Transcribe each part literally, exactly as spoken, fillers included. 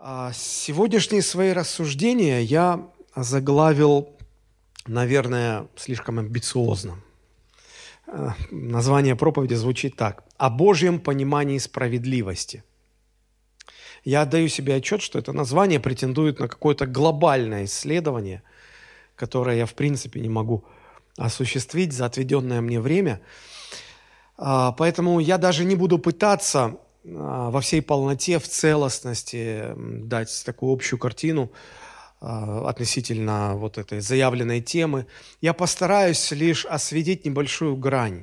А Сегодняшние свои рассуждения я заглавил, наверное, слишком амбициозно. А, Название проповеди звучит так: «О Божьем понимании справедливости». Я отдаю себе отчет, что это название претендует на какое-то глобальное исследование, которое я, в принципе, не могу осуществить за отведенное мне время. А, Поэтому я даже не буду пытаться а, во всей полноте, в целостности м, дать такую общую картину а, относительно вот этой заявленной темы. Я постараюсь лишь осветить небольшую грань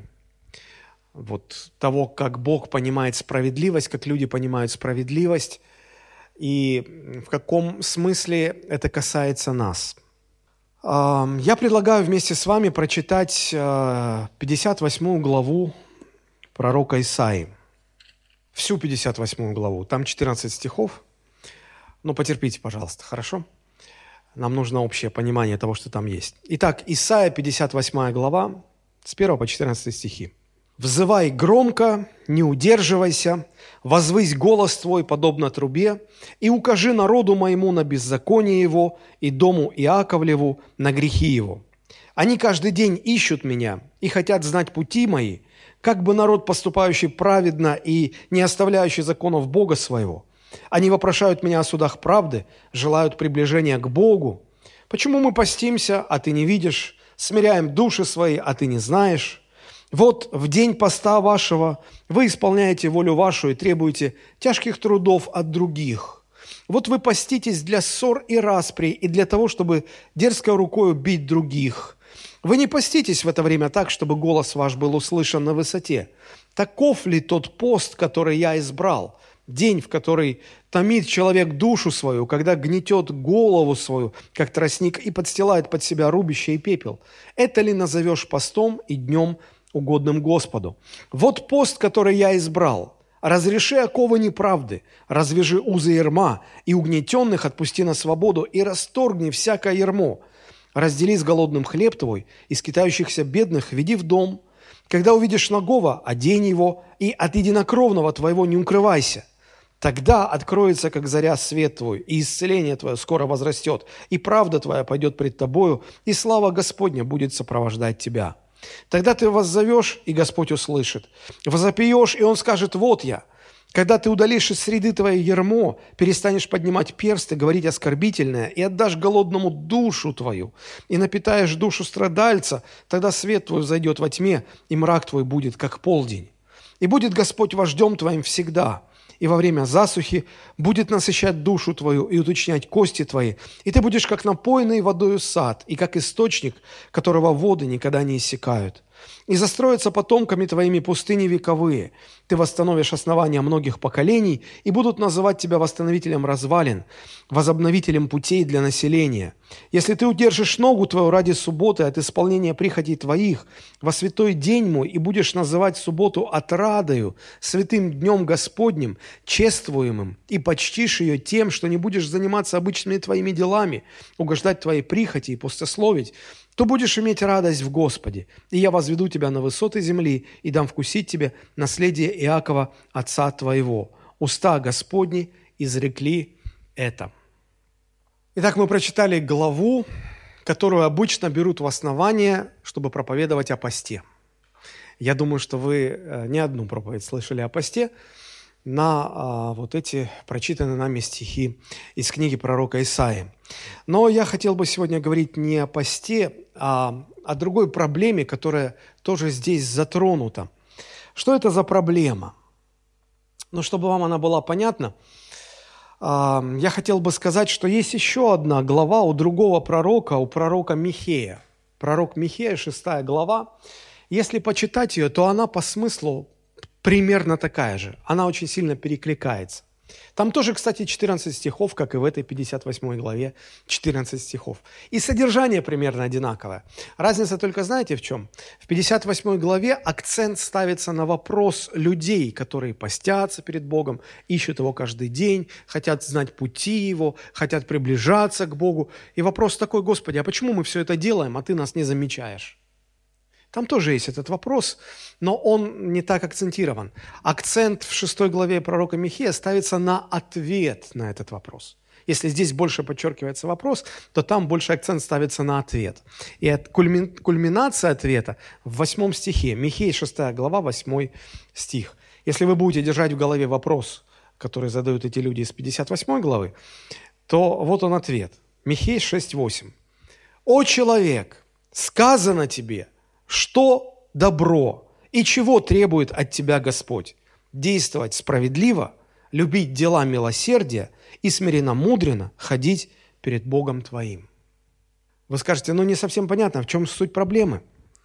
вот того, как Бог понимает справедливость, как люди понимают справедливость, и в каком смысле это касается нас. А, Я предлагаю вместе с вами прочитать а, пятьдесят восьмую главу пророка Исаии. Всю пятьдесят восьмую главу. Там четырнадцать стихов. Но потерпите, пожалуйста, хорошо? Нам нужно общее понимание того, что там есть. Итак, Исаия, пятьдесят восьмая глава, с первого по четырнадцатый стихи. «Взывай громко, не удерживайся, возвысь голос твой, подобно трубе, и укажи народу моему на беззаконие его, и дому Иаковлеву на грехи его. Они каждый день ищут меня и хотят знать пути мои, как бы народ, поступающий праведно и не оставляющий законов Бога своего. Они вопрошают меня о судах правды, желают приближения к Богу. Почему мы постимся, а ты не видишь, смиряем души свои, а ты не знаешь? Вот в день поста вашего вы исполняете волю вашу и требуете тяжких трудов от других. Вот вы поститесь для ссор и распри, и для того, чтобы дерзкой рукою бить других. Вы не поститесь в это время так, чтобы голос ваш был услышан на высоте. Таков ли тот пост, который я избрал? День, в который томит человек душу свою, когда гнетет голову свою, как тростник, и подстилает под себя рубище и пепел. Это ли назовешь постом и днем угодным Господу? Вот пост, который я избрал. Разреши оковы неправды, развяжи узы ярма, и угнетенных отпусти на свободу, и расторгни всякое ярмо. Раздели с голодным хлеб твой, и скитающихся бедных веди в дом. Когда увидишь нагого, одень его, и от единокровного твоего не укрывайся. Тогда откроется, как заря, свет твой, и исцеление твое скоро возрастет, и правда твоя пойдет пред тобою, и слава Господня будет сопровождать тебя. Тогда ты воззовешь, и Господь услышит. Возопьешь, и Он скажет: вот я. Когда ты удалишь из среды твоей ярмо, перестанешь поднимать персты, говорить оскорбительное, и отдашь голодному душу твою, и напитаешь душу страдальца, тогда свет твой взойдет во тьме, и мрак твой будет, как полдень. И будет Господь вождем твоим всегда, и во время засухи будет насыщать душу твою и уточнять кости твои, и ты будешь как напоенный водою сад, и как источник, которого воды никогда не иссякают. И застроятся потомками твоими пустыни вековые. Ты восстановишь основания многих поколений, и будут называть тебя восстановителем развалин, возобновителем путей для населения. Если ты удержишь ногу твою ради субботы от исполнения прихотей твоих во святой день мой, и будешь называть субботу отрадою, святым днем Господним, чествуемым, и почтишь ее тем, что не будешь заниматься обычными твоими делами, угождать твоей прихоти и пустословить, то будешь иметь радость в Господе, и я возведу тебя на высоты земли и дам вкусить тебе наследие Иакова, отца твоего. Уста Господни изрекли это». Итак, мы прочитали главу, которую обычно берут в основание, чтобы проповедовать о посте. Я думаю, что вы не одну проповедь слышали о посте на а, вот эти прочитанные нами стихи из книги пророка Исаии. Но я хотел бы сегодня говорить не о посте, а о другой проблеме, которая тоже здесь затронута. Что это за проблема? Ну, чтобы вам она была понятна, а, я хотел бы сказать, что есть еще одна глава у другого пророка, у пророка Михея. Пророк Михея, шестая глава. Если почитать ее, то она по смыслу примерно такая же. Она очень сильно перекликается. Там тоже, кстати, четырнадцать стихов, как и в этой пятьдесят восьмой главе, четырнадцать стихов. И содержание примерно одинаковое. Разница только знаете в чем? В пятьдесят восьмой главе акцент ставится на вопрос людей, которые постятся перед Богом, ищут Его каждый день, хотят знать пути Его, хотят приближаться к Богу. И вопрос такой: Господи, а почему мы все это делаем, а Ты нас не замечаешь? Там тоже есть этот вопрос, но он не так акцентирован. Акцент в шестой главе пророка Михея ставится на ответ на этот вопрос. Если здесь больше подчеркивается вопрос, то там больше акцент ставится на ответ. И от кульми... кульминация ответа в восьмом стихе. Михея, шестая глава, восьмой стих. Если вы будете держать в голове вопрос, который задают эти люди из пятьдесят восьмой главы, то вот он ответ. Михея шесть восемь. «О человек, сказано тебе, что добро и чего требует от тебя Господь? Действовать справедливо, любить дела милосердия и смиренно-мудренно ходить перед Богом твоим». Вы скажете, ну не совсем понятно, в чем суть проблемы.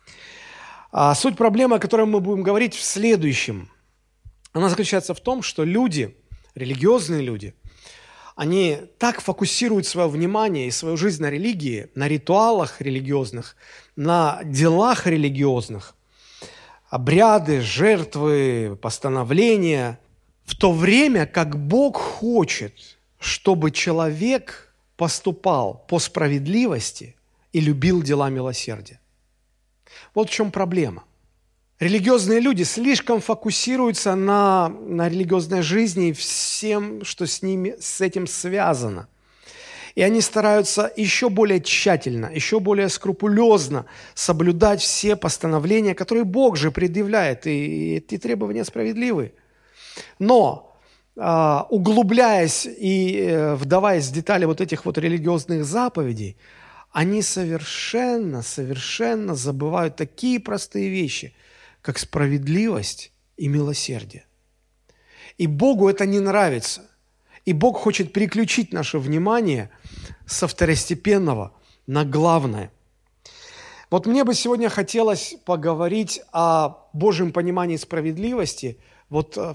А суть проблемы, о которой мы будем говорить в следующем, она заключается в том, что люди, религиозные люди, они так фокусируют свое внимание и свою жизнь на религии, на ритуалах религиозных, на делах религиозных, обряды, жертвы, постановления, в то время как Бог хочет, чтобы человек поступал по справедливости и любил дела милосердия. Вот в чем проблема. Религиозные люди слишком фокусируются на, на религиозной жизни и всем, что с ними, с этим связано. И они стараются еще более тщательно, еще более скрупулезно соблюдать все постановления, которые Бог же предъявляет, и эти требования справедливы. Но, а, углубляясь и э, вдаваясь в детали вот этих вот религиозных заповедей, они совершенно, совершенно забывают такие простые вещи, как справедливость и милосердие. И Богу это не нравится. И Бог хочет переключить наше внимание со второстепенного на главное. Вот мне бы сегодня хотелось поговорить о Божьем понимании справедливости вот в,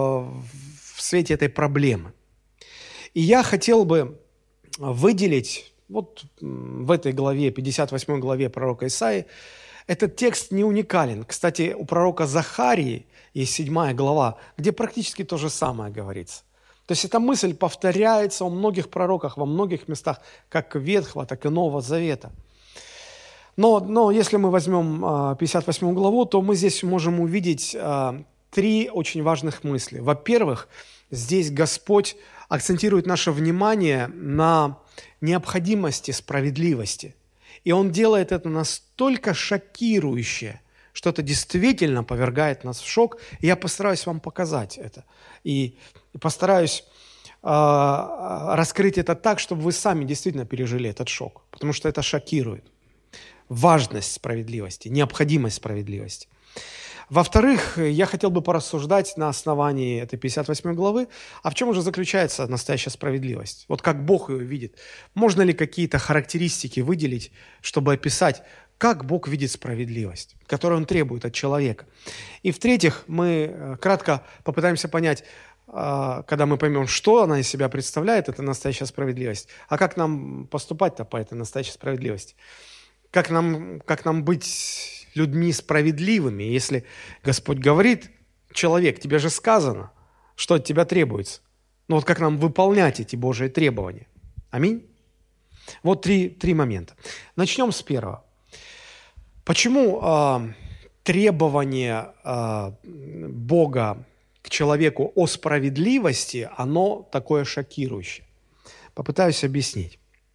в свете этой проблемы. И я хотел бы выделить вот в этой главе, пятьдесят восьмой главе пророка Исаии, этот текст не уникален. Кстати, у пророка Захарии есть седьмая глава, где практически то же самое говорится. То есть эта мысль повторяется у многих пророках, во многих местах, как Ветхого, так и Нового Завета. Но, но если мы возьмем пятьдесят восьмую главу, то мы здесь можем увидеть а, три очень важных мысли. Во-первых, здесь Господь акцентирует наше внимание на необходимости справедливости. И Он делает это настолько шокирующе, что это действительно повергает нас в шок. И я постараюсь вам показать это. И постараюсь э, раскрыть это так, чтобы вы сами действительно пережили этот шок. Потому что это шокирует. Важность справедливости, необходимость справедливости. Во-вторых, я хотел бы порассуждать на основании этой пятьдесят восьмой главы, а в чем же заключается настоящая справедливость? Вот как Бог ее видит. Можно ли какие-то характеристики выделить, чтобы описать, как Бог видит справедливость, которую Он требует от человека? И в-третьих, мы кратко попытаемся понять, когда мы поймем, что она из себя представляет, эта настоящая справедливость, а как нам поступать-то по этой настоящей справедливости? Как нам, как нам быть людьми справедливыми, если Господь говорит: человек, тебе же сказано, что от тебя требуется. Ну вот как нам выполнять эти Божьи требования? Аминь? Вот три, три момента. Начнем с первого. Почему э, требование э, Бога к человеку о справедливости, оно такое шокирующее? Попытаюсь объяснить.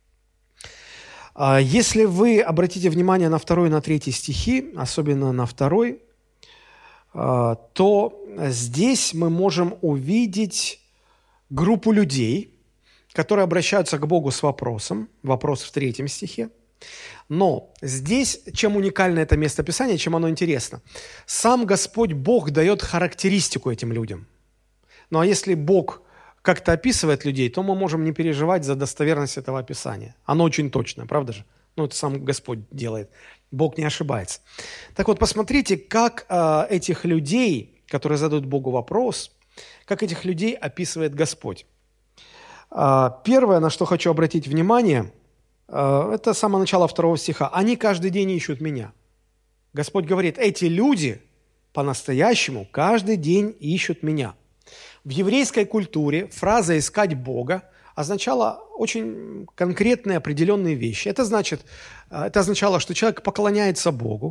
Если вы обратите внимание на второй и на третий стихи, особенно на второй, то здесь мы можем увидеть группу людей, которые обращаются к Богу с вопросом, вопрос в третьем стихе. Но здесь, чем уникально это местописание, чем оно интересно, сам Господь Бог дает характеристику этим людям. Ну а если Бог как-то описывает людей, то мы можем не переживать за достоверность этого описания. Оно очень точное, правда же? Ну, это сам Господь делает. Бог не ошибается. Так вот, посмотрите, как э, этих людей, которые задают Богу вопрос, как этих людей описывает Господь. Э, первое, на что хочу обратить внимание, э, это с самого начала второго стиха. «Они каждый день ищут меня». Господь говорит, эти люди по-настоящему каждый день ищут меня. В еврейской культуре фраза «искать Бога» означала очень конкретные определенные вещи. Это значит, это означало, что человек поклоняется Богу,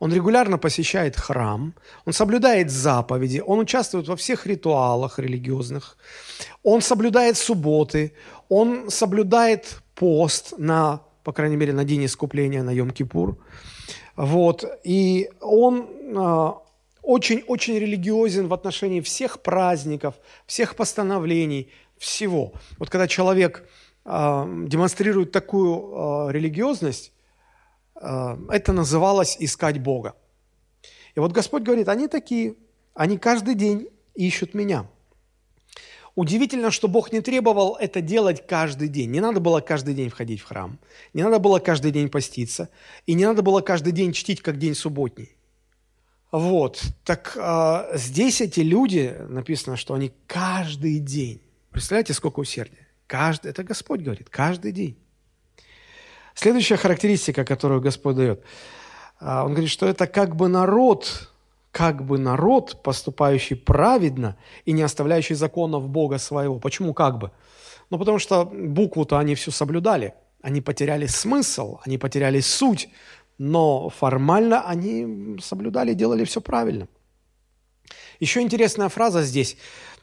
он регулярно посещает храм, он соблюдает заповеди, он участвует во всех ритуалах религиозных, он соблюдает субботы, он соблюдает пост на, по крайней мере, на день искупления, на Йом-Кипур. Вот. И он очень-очень религиозен в отношении всех праздников, всех постановлений, всего. Вот когда человек э, демонстрирует такую э, религиозность, э, это называлось искать Бога. И вот Господь говорит, они такие, они каждый день ищут меня. Удивительно, что Бог не требовал это делать каждый день. Не надо было каждый день входить в храм, не надо было каждый день поститься, и не надо было каждый день чтить, как день субботний. Вот, так а, здесь эти люди, написано, что они каждый день. Представляете, сколько усердия? Каждый, это Господь говорит, каждый день. Следующая характеристика, которую Господь дает, а, Он говорит, что это как бы народ, как бы народ, поступающий праведно и не оставляющий законов Бога своего. Почему как бы? Ну, потому что букву-то они всю соблюдали, они потеряли смысл, они потеряли суть, но формально они соблюдали, делали все правильно. Еще интересная фраза здесь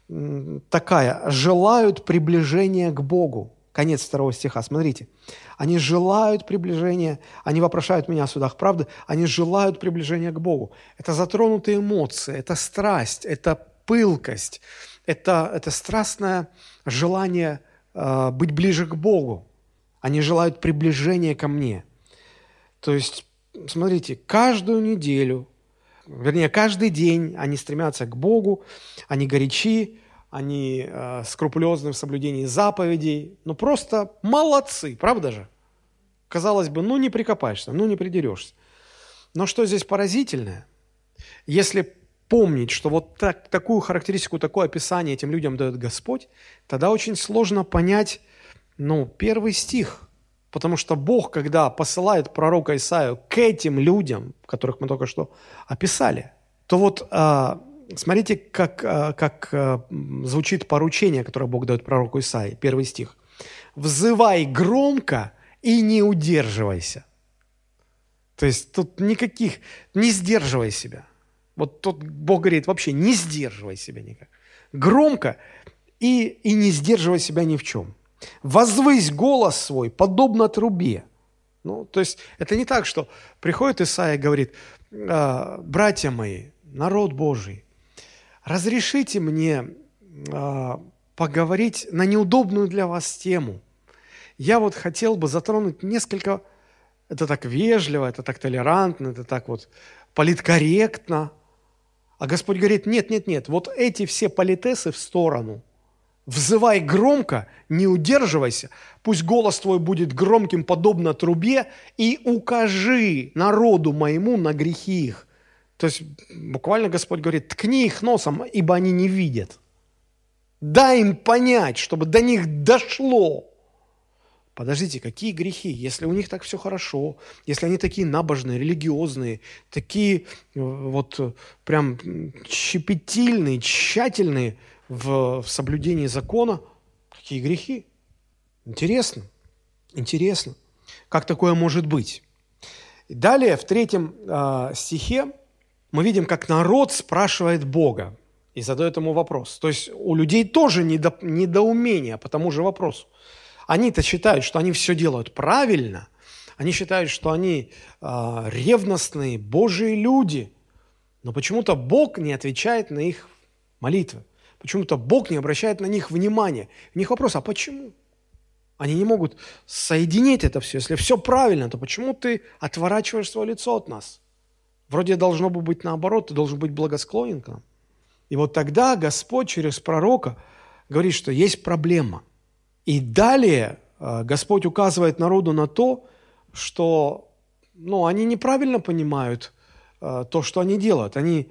такая: «желают приближения к Богу». Конец второго стиха, смотрите. Они желают приближения, они вопрошают меня о судах правды, они желают приближения к Богу. Это затронутые эмоции, это страсть, это пылкость, это, это страстное желание э, быть ближе к Богу. Они желают приближения ко мне. То есть, смотрите, каждую неделю, вернее, каждый день они стремятся к Богу, они горячи, они э, скрупулезны в соблюдении заповедей. Ну, просто молодцы, правда же? Казалось бы, ну, не прикопаешься, ну, не придерешься. Но что здесь поразительное? Если помнить, что вот так, такую характеристику, такое описание этим людям дает Господь, тогда очень сложно понять, ну, первый стих. Потому что Бог, когда посылает пророка Исаию к этим людям, которых мы только что описали, то вот а, смотрите, как, а, как а, звучит поручение, которое Бог дает пророку Исаии, первый стих. «Взывай громко и не удерживайся». То есть тут никаких, не сдерживай себя. Вот тут Бог говорит, вообще не сдерживай себя никак. Громко и, и не сдерживай себя ни в чем. «Возвысь голос свой, подобно трубе». Ну, то есть это не так, что приходит Исаия и говорит: «Братья мои, народ Божий, разрешите мне а, поговорить на неудобную для вас тему. Я вот хотел бы затронуть несколько, это так вежливо, это так толерантно, это так вот политкорректно». А Господь говорит: нет, нет, нет, вот эти все политесы в сторону. Взывай громко, не удерживайся, пусть голос твой будет громким, подобно трубе, и укажи народу моему на грехи их. То есть буквально Господь говорит: ткни их носом, ибо они не видят. Дай им понять, чтобы до них дошло. Подождите, какие грехи? Если у них так все хорошо, если они такие набожные, религиозные, такие вот прям щепетильные, тщательные, В, в соблюдении закона, какие грехи? Интересно, интересно, как такое может быть? И далее, в третьем э, стихе, мы видим, как народ спрашивает Бога и задает ему вопрос. То есть у людей тоже недо, недоумение по тому же вопросу. Они-то считают, что они все делают правильно, они считают, что они э, ревностные, Божьи люди, но почему-то Бог не отвечает на их молитвы. Почему-то Бог не обращает на них внимания. У них вопрос: а почему? Они не могут соединить это все. Если все правильно, то почему ты отворачиваешь свое лицо от нас? Вроде должно бы быть наоборот, ты должен быть благосклонен к нам. И вот тогда Господь через пророка говорит, что есть проблема. И далее Господь указывает народу на то, что ну, они неправильно понимают то, что они делают. Они,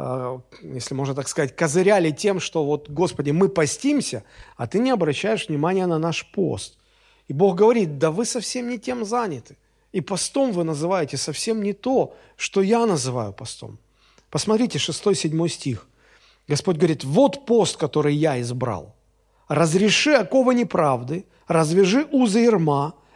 если можно так сказать, козыряли тем, что вот, Господи, мы постимся, а ты не обращаешь внимания на наш пост. И Бог говорит: да вы совсем не тем заняты. И постом вы называете совсем не то, что я называю постом. Посмотрите, шестой-седьмой стих. Господь говорит: вот пост, который я избрал. Разреши оковы неправды, развяжи узы ярма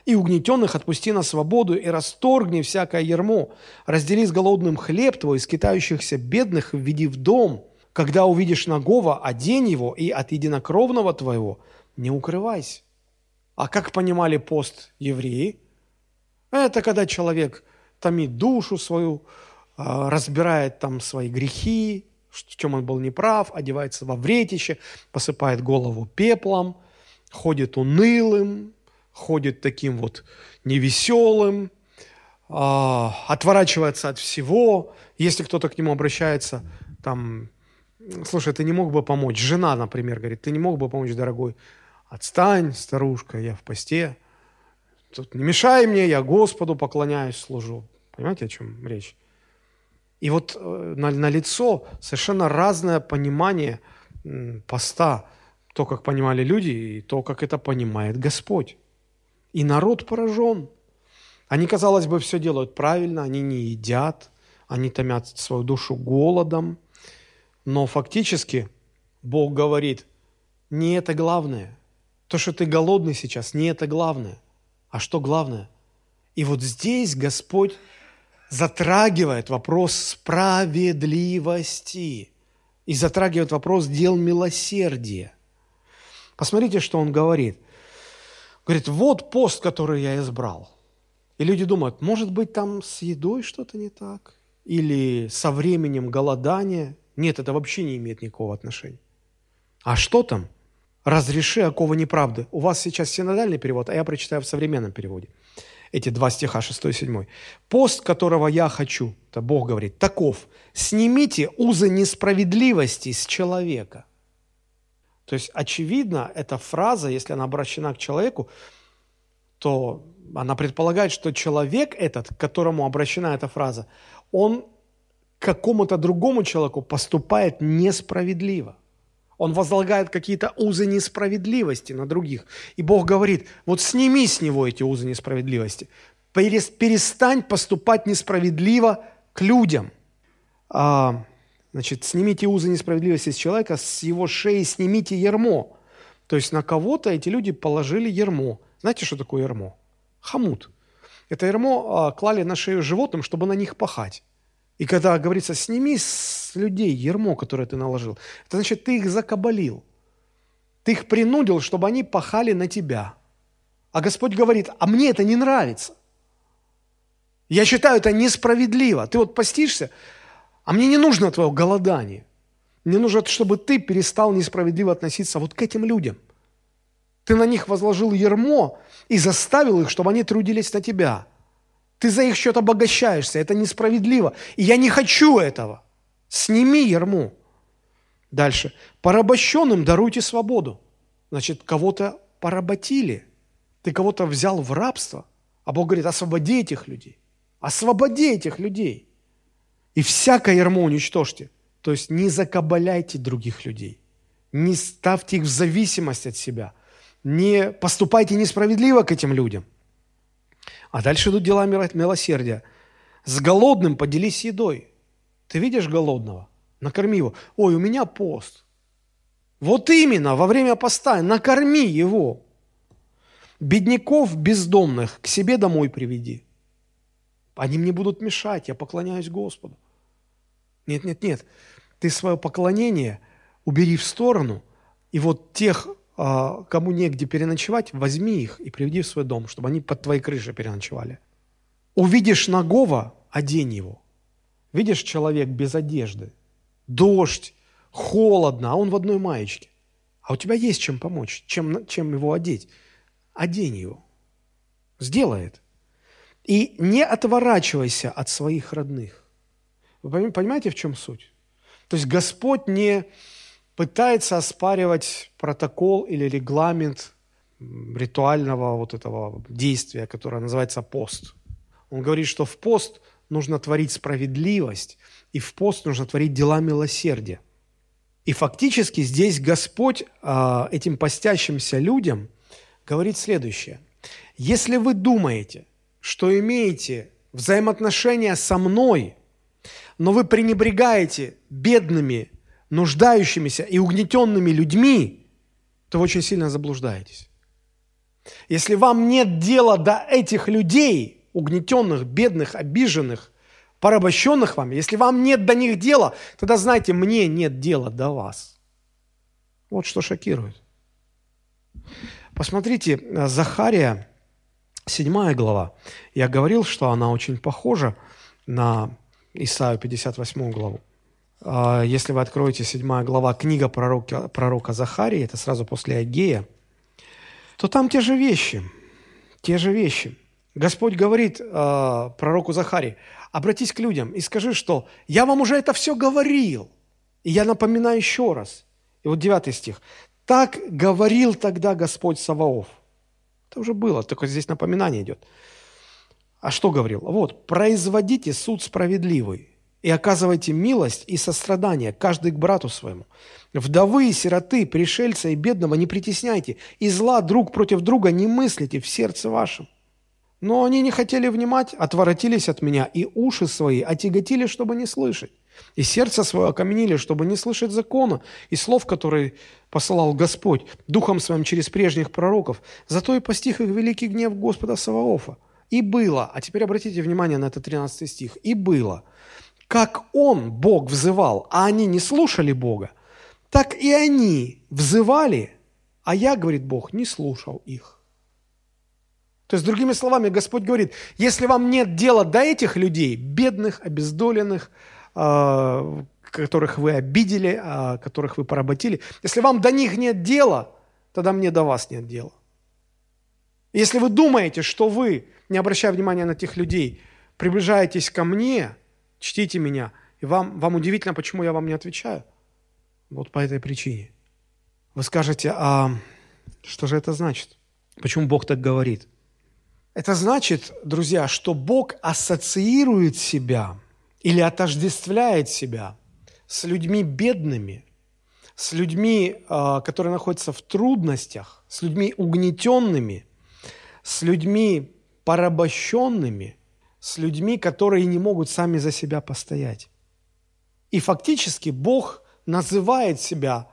и угнетенных отпусти на свободу, и расторгни всякое ярмо. Раздели с голодным хлеб твой, скитающихся бедных введи в дом. Когда увидишь нагого, одень его, и от единокровного твоего не укрывайся». А как понимали пост евреи? Это когда человек томит душу свою, разбирает там свои грехи, в чем он был неправ, одевается во вретище, посыпает голову пеплом, ходит унылым, ходит таким вот невеселым, отворачивается от всего. Если кто-то к нему обращается, там, слушай, ты не мог бы помочь? Жена, например, говорит, ты не мог бы помочь, дорогой? Отстань, старушка, я в посте. Тут не мешай мне, я Господу поклоняюсь, служу. Понимаете, о чем речь? И вот на, на лицо совершенно разное понимание поста. То, как понимали люди, и то, как это понимает Господь. И народ поражен. Они, казалось бы, все делают правильно, они не едят, они томят свою душу голодом. Но фактически Бог говорит, не это главное. То, что ты голодный сейчас, не это главное. А что главное? И вот здесь Господь затрагивает вопрос справедливости и затрагивает вопрос дел милосердия. Посмотрите, что Он говорит. Говорит, вот пост, который я избрал. И люди думают, может быть, там с едой что-то не так? Или со временем голодания? Нет, это вообще не имеет никакого отношения. А что там? «Разреши оковы неправды». У вас сейчас синодальный перевод, а я прочитаю в современном переводе. Эти два стиха, шестой и седьмой. «Пост, которого я хочу», это Бог говорит, «таков, снимите узы несправедливости с человека». То есть, очевидно, эта фраза, если она обращена к человеку, то она предполагает, что человек этот, к которому обращена эта фраза, он к какому-то другому человеку поступает несправедливо. Он возлагает какие-то узы несправедливости на других. И Бог говорит, вот сними с него эти узы несправедливости. Перестань поступать несправедливо к людям. А, значит, снимите узы несправедливости с человека, с его шеи снимите ярмо. То есть на кого-то эти люди положили ярмо. Знаете, что такое ярмо? Хомут. Это ярмо а, клали на шею животным, чтобы на них пахать. И когда говорится, сними с людей ярмо, которое ты наложил, это значит, ты их закабалил. Ты их принудил, чтобы они пахали на тебя. А Господь говорит, а мне это не нравится. Я считаю это несправедливо. Ты вот постишься, а мне не нужно твое голодание. Мне нужно, чтобы ты перестал несправедливо относиться вот к этим людям. Ты на них возложил ярмо и заставил их, чтобы они трудились на тебя. Ты за их счет обогащаешься, это несправедливо. И я не хочу этого. Сними ярмо. Дальше. Порабощенным даруйте свободу. Значит, кого-то поработили. Ты кого-то взял в рабство. А Бог говорит, освободи этих людей. Освободи этих людей. И всякое ярмо уничтожьте. То есть не закабаляйте других людей. Не ставьте их в зависимость от себя. Не поступайте несправедливо к этим людям. А дальше идут дела милосердия. С голодным поделись едой. Ты видишь голодного? Накорми его. Ой, у меня пост. Вот именно, во время поста накорми его. Бедняков бездомных к себе домой приведи. Они мне будут мешать, я поклоняюсь Господу. Нет, нет, нет. Ты свое поклонение убери в сторону, и вот тех, кому негде переночевать, возьми их и приведи в свой дом, чтобы они под твоей крышей переночевали. Увидишь нагого, одень его. Видишь, человек без одежды, дождь, холодно, а он в одной маечке. А у тебя есть чем помочь, чем, чем его одеть. Одень его. Сделай это. И не отворачивайся от своих родных. Вы понимаете, в чем суть? То есть Господь не пытается оспаривать протокол или регламент ритуального вот этого действия, которое называется пост. Он говорит, что в пост нужно творить справедливость, и в пост нужно творить дела милосердия. И фактически здесь Господь э, этим постящимся людям говорит следующее. Если вы думаете, что имеете взаимоотношения со мной, но вы пренебрегаете бедными, нуждающимися и угнетенными людьми, то вы очень сильно заблуждаетесь. Если вам нет дела до этих людей, угнетенных, бедных, обиженных, порабощенных вами, если вам нет до них дела, тогда знайте, мне нет дела до вас. Вот что шокирует. Посмотрите, Захария, седьмая глава. Я говорил, что она очень похожа на Исаию пятьдесят восьмую главу. Если вы откроете седьмая глава, книга пророка, пророка Захарии, это сразу после Агея, то там те же вещи, те же вещи. Господь говорит э, пророку Захарии: обратись к людям и скажи, что я вам уже это все говорил, и я напоминаю еще раз. И вот девятый стих. Так говорил тогда Господь Саваоф. Это уже было, только здесь напоминание идет. А что говорил? Вот, производите суд справедливый и оказывайте милость и сострадание каждый к брату своему. Вдовы и сироты, пришельца и бедного не притесняйте, и зла друг против друга не мыслите в сердце вашем. Но они не хотели внимать, отворотились от меня, и уши свои отяготили, чтобы не слышать. И сердце свое окаменили, чтобы не слышать закона и слов, которые посылал Господь Духом Своим через прежних пророков. Зато и постиг их великий гнев Господа Саваофа. И было, а теперь обратите внимание на этот тринадцатый стих, и было, как Он, Бог, взывал, а они не слушали Бога, так и они взывали, а я, говорит Бог, не слушал их. То есть, другими словами, Господь говорит, если вам нет дела до этих людей, бедных, обездоленных, которых вы обидели, которых вы поработили, если вам до них нет дела, тогда мне до вас нет дела. Если вы думаете, что вы, не обращая внимания на тех людей, приближаетесь ко мне, чтите меня, и вам, вам удивительно, почему я вам не отвечаю, вот по этой причине. Вы скажете, а что же это значит? Почему Бог так говорит? Это значит, друзья, что Бог ассоциирует себя или отождествляет себя с людьми бедными, с людьми, которые находятся в трудностях, с людьми угнетенными, с людьми порабощенными, с людьми, которые не могут сами за себя постоять. И фактически Бог называет себя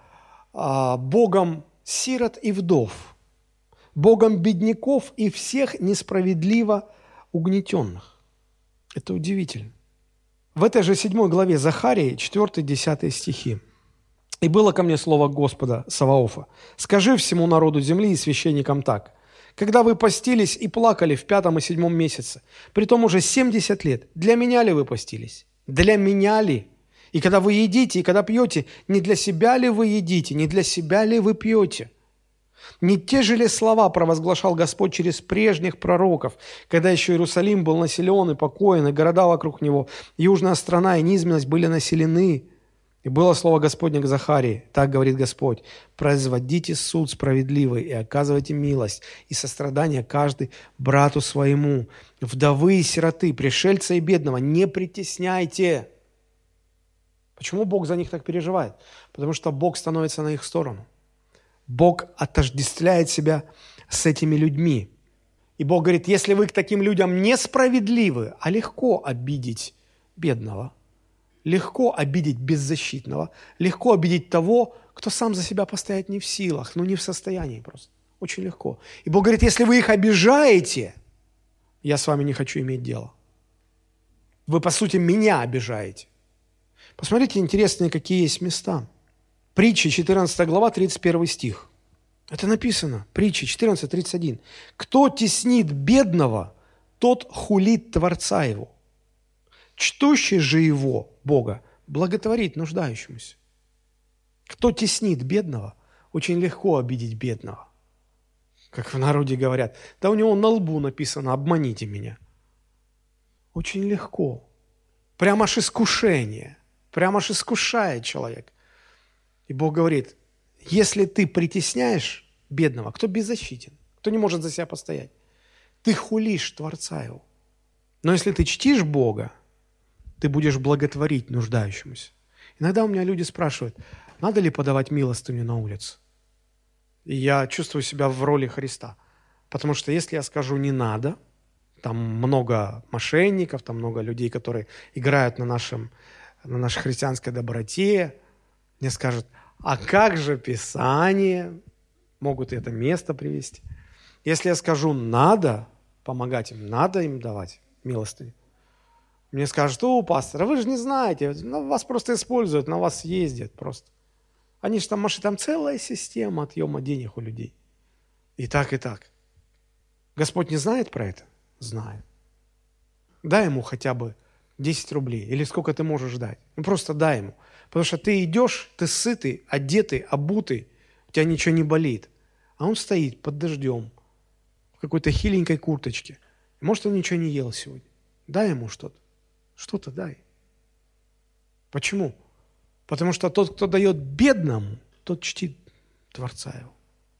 Богом сирот и вдов, Богом бедняков и всех несправедливо угнетенных. Это удивительно. В этой же седьмой главе Захарии, четыре-десять стихи. «И было ко мне слово Господа Саваофа: скажи всему народу земли и священникам так: когда вы постились и плакали в пятом и седьмом месяце, притом уже семьдесят лет, для меня ли вы постились? Для меня ли? И когда вы едите, и когда пьете, не для себя ли вы едите, не для себя ли вы пьете? Не те же ли слова провозглашал Господь через прежних пророков, когда еще Иерусалим был населен и покоен, и города вокруг него, южная страна и низменность были населены? И было слово Господне к Захарии, так говорит Господь: производите суд справедливый и оказывайте милость и сострадание каждый брату своему. Вдовы и сироты, пришельца и бедного не притесняйте». Почему Бог за них так переживает? Потому что Бог становится на их сторону. Бог отождествляет себя с этими людьми. И Бог говорит, если вы к таким людям несправедливы, а легко обидеть бедного, легко обидеть беззащитного, легко обидеть того, кто сам за себя постоять не в силах, ну не в состоянии просто. Очень легко. И Бог говорит, если вы их обижаете, я с вами не хочу иметь дело. Вы, по сути, меня обижаете. Посмотрите, интересные какие есть места. Притчи, четырнадцатая глава, тридцать первый стих. Это написано. Притчи четырнадцать тридцать один. «Кто теснит бедного, тот хулит Творца его. Чтущий же его, Бога, благотворит нуждающемуся». Кто теснит бедного, очень легко обидеть бедного. Как в народе говорят, да у него на лбу написано «обманите меня». Очень легко. Прямо аж искушение. Прямо аж искушает человек. И Бог говорит, если ты притесняешь бедного, кто беззащитен, кто не может за себя постоять, ты хулишь Творца его. Но если ты чтишь Бога, ты будешь благотворить нуждающемуся. Иногда у меня люди спрашивают, надо ли подавать милостыню на улице? И я чувствую себя в роли Христа. Потому что если я скажу «не надо», там много мошенников, там много людей, которые играют на, нашем, на нашей христианской доброте, мне скажут, а как же Писание? Могут это место привести. Если я скажу «надо помогать им», надо им давать милостыню, мне скажут: о, пастор, а вы же не знаете, ну, вас просто используют, на вас ездят просто. Они же там, машины, там целая система отъема денег у людей. И так, и так. Господь не знает про это? Знает. Дай ему хотя бы десять рублей, или сколько ты можешь дать. Ну, просто дай ему. Потому что ты идешь, ты сытый, одетый, обутый, у тебя ничего не болит. А он стоит под дождем, в какой-то хиленькой курточке. Может, он ничего не ел сегодня. Дай ему что-то. Что-то дай. Почему? Потому что тот, кто дает бедному, тот чтит Творца его.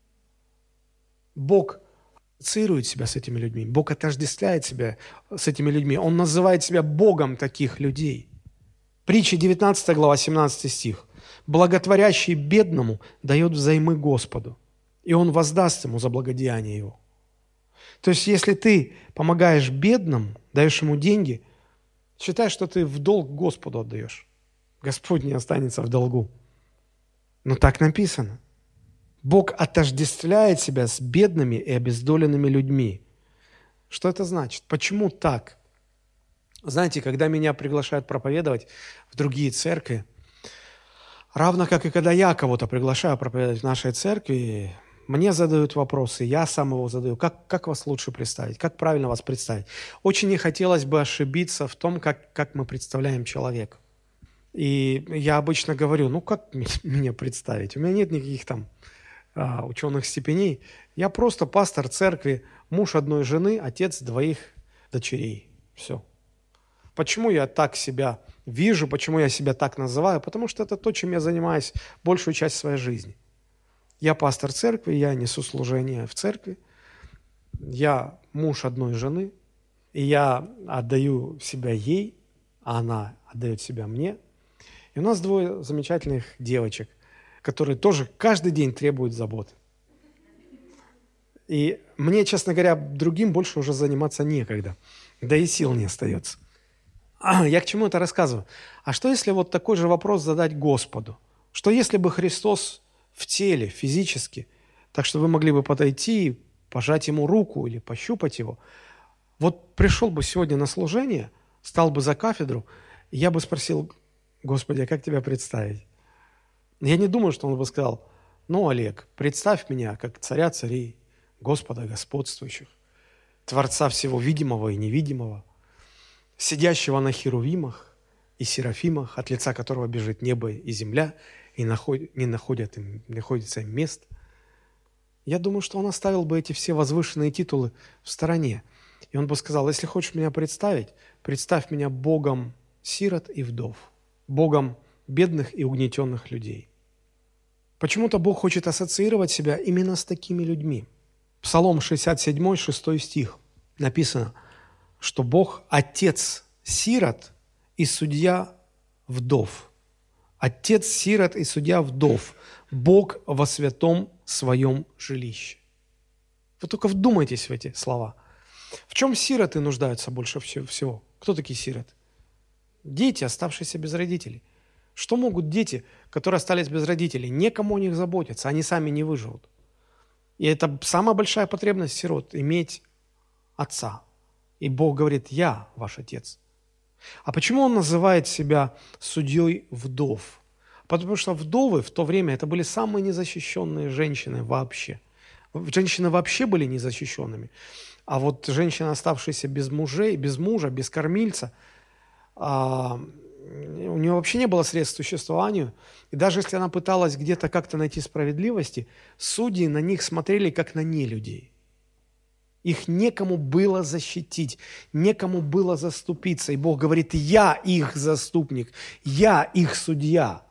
Бог ассоциирует себя с этими людьми. Бог отождествляет себя с этими людьми. Он называет себя Богом таких людей. Притча девятнадцатая глава, семнадцатый стих. «Благотворящий бедному дает взаймы Господу, и Он воздаст ему за благодеяние его». То есть, если ты помогаешь бедному, даешь ему деньги, считай, что ты в долг Господу отдаешь. Господь не останется в долгу. Но так написано. Бог отождествляет себя с бедными и обездоленными людьми. Что это значит? Почему так? Знаете, когда меня приглашают проповедовать в другие церкви, равно как и когда я кого-то приглашаю проповедовать в нашей церкви, мне задают вопросы, я сам его задаю. Как, как вас лучше представить? Как правильно вас представить? Очень не хотелось бы ошибиться в том, как, как мы представляем человека. И я обычно говорю, ну как меня представить? У меня нет никаких там а, ученых степеней. Я просто пастор церкви, муж одной жены, отец двоих дочерей. Все. Почему я так себя вижу, почему я себя так называю? Потому что это то, чем я занимаюсь большую часть своей жизни. Я пастор церкви, я несу служение в церкви, я муж одной жены, и я отдаю себя ей, а она отдает себя мне. И у нас двое замечательных девочек, которые тоже каждый день требуют заботы. И мне, честно говоря, другим больше уже заниматься некогда, да и сил не остается. Я к чему это рассказываю? А что, если вот такой же вопрос задать Господу? Что, если бы Христос в теле, физически, так что вы могли бы подойти, пожать Ему руку или пощупать Его, вот пришел бы сегодня на служение, стал бы за кафедру, и я бы спросил: Господи, а как Тебя представить? Я не думаю, что Он бы сказал: ну, Олег, представь меня как царя царей, Господа господствующих, Творца всего видимого и невидимого, сидящего на херувимах и серафимах, от лица которого бежит небо и земля, и наход... не находят им, находится им мест. Я думаю, что он оставил бы эти все возвышенные титулы в стороне. И он бы сказал: если хочешь меня представить, представь меня Богом сирот и вдов, Богом бедных и угнетенных людей. Почему-то Бог хочет ассоциировать себя именно с такими людьми. Псалом шестьдесят семь, шестой стих написано, что Бог – отец сирот и судья вдов. Отец сирот и судья вдов. Бог во святом своем жилище. Вы только вдумайтесь в эти слова. В чем сироты нуждаются больше всего? Кто такие сироты? Дети, оставшиеся без родителей. Что могут дети, которые остались без родителей? Некому о них заботиться, они сами не выживут. И это самая большая потребность сирот – иметь отца. И Бог говорит: я ваш отец. А почему Он называет себя судьей вдов? Потому что вдовы в то время это были самые незащищенные женщины вообще. Женщины вообще были незащищенными. А вот женщина, оставшаяся без мужей, без мужа, без кормильца, а, у нее вообще не было средств к существованию. И даже если она пыталась где-то как-то найти справедливости, судьи на них смотрели как на нелюдей. Их некому было защитить, некому было заступиться. И Бог говорит: я их заступник, я их судья,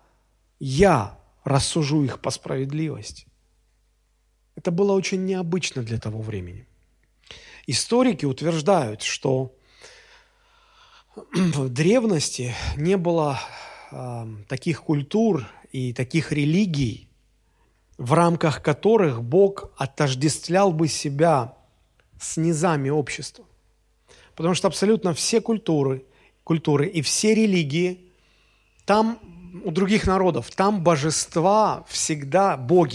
я рассужу их по справедливости. Это было очень необычно для того времени. Историки утверждают, что в древности не было э, таких культур и таких религий, в рамках которых Бог отождествлял бы себя с низами общества. Потому что абсолютно все культуры, культуры и все религии, там у других народов, там божества всегда боги.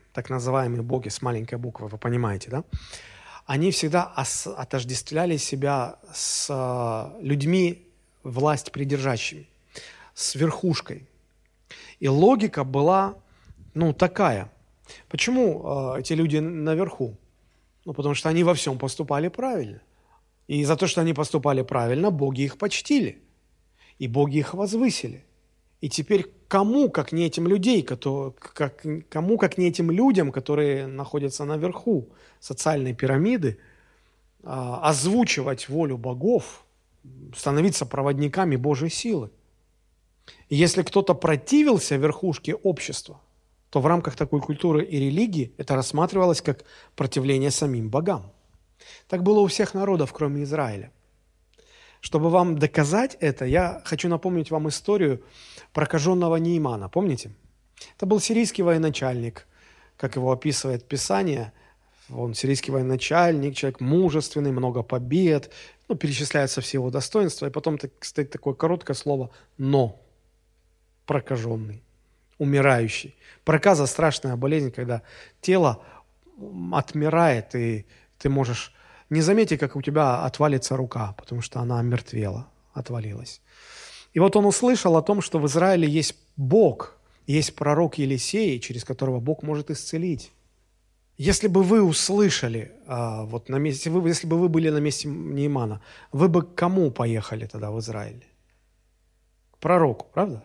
так называемые боги с маленькой буквы, вы понимаете, да? Они всегда ос- отождествляли себя с э, людьми власть придержащими, с верхушкой. И логика была, ну, такая. Почему э, эти люди наверху? Ну, потому что они во всем поступали правильно. И за то, что они поступали правильно, боги их почтили. И боги их возвысили. И теперь кому, как не этим людей, которые, как, кому, как не этим людям, которые находятся наверху социальной пирамиды, а, озвучивать волю богов, становиться проводниками Божьей силы. И если кто-то противился верхушке общества, то в рамках такой культуры и религии это рассматривалось как противление самим богам. Так было у всех народов, кроме Израиля. Чтобы вам доказать это, я хочу напомнить вам историю прокаженного Неимана. Помните? Это был сирийский военачальник, как его описывает Писание. Он сирийский военачальник, человек мужественный, много побед. Ну, перечисляются все его достоинства. И потом стоит такое короткое слово «но». Прокаженный, умирающий. Проказа – страшная болезнь, когда тело отмирает, и ты можешь не заметить, как у тебя отвалится рука, потому что она омертвела, отвалилась. И вот он услышал о том, что в Израиле есть Бог, есть пророк Елисей, через которого Бог может исцелить. Если бы вы услышали, вот на месте, если бы вы были на месте Неимана, вы бы к кому поехали тогда в Израиле? К пророку, правда?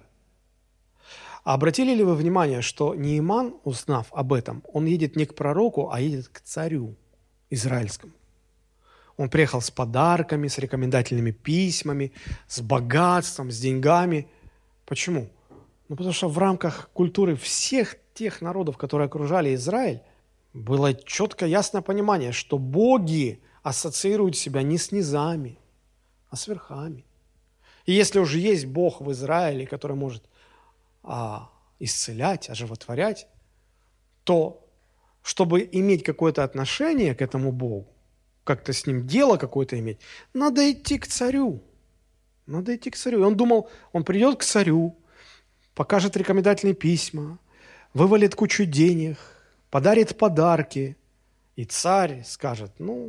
А обратили ли вы внимание, что Неиман, узнав об этом, он едет не к пророку, а едет к царю израильскому? Он приехал с подарками, с рекомендательными письмами, с богатством, с деньгами. Почему? Ну, потому что в рамках культуры всех тех народов, которые окружали Израиль, было четко ясное понимание, что боги ассоциируют себя не с низами, а с верхами. И если уже есть Бог в Израиле, который может а, исцелять, оживотворять, то, чтобы иметь какое-то отношение к этому Богу, как-то с ним дело какое-то иметь, надо идти к царю. Надо идти к царю. И он думал, он придет к царю, покажет рекомендательные письма, вывалит кучу денег, подарит подарки. И царь скажет, ну,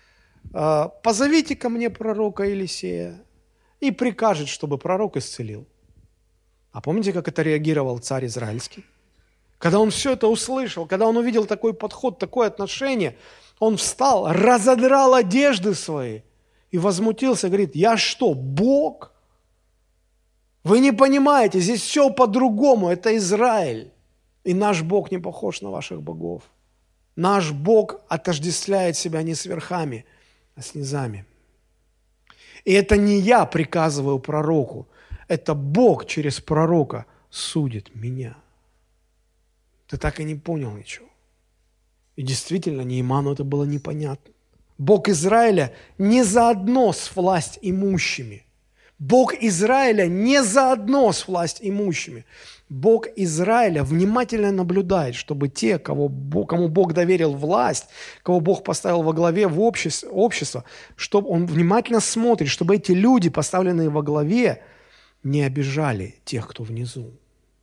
позовите ко мне пророка Елисея, и прикажет, чтобы пророк исцелил. А помните, как это реагировал царь израильский? Когда он все это услышал, когда он увидел такой подход, такое отношение, он встал, разодрал одежды свои и возмутился, говорит, я что, Бог? Вы не понимаете, здесь все по-другому, это Израиль. И наш Бог не похож на ваших богов. Наш Бог отождествляет себя не с верхами, а с низами. И это не я приказываю пророку, это Бог через пророка судит меня. Ты так и не понял ничего. И действительно, Неиману это было непонятно. Бог Израиля не заодно с власть имущими. Бог Израиля не заодно с власть имущими. Бог Израиля внимательно наблюдает, чтобы те, кого Бог, кому Бог доверил власть, кого Бог поставил во главе в обществе, общество, чтобы Он внимательно смотрит, чтобы эти люди, поставленные во главе, не обижали тех, кто внизу.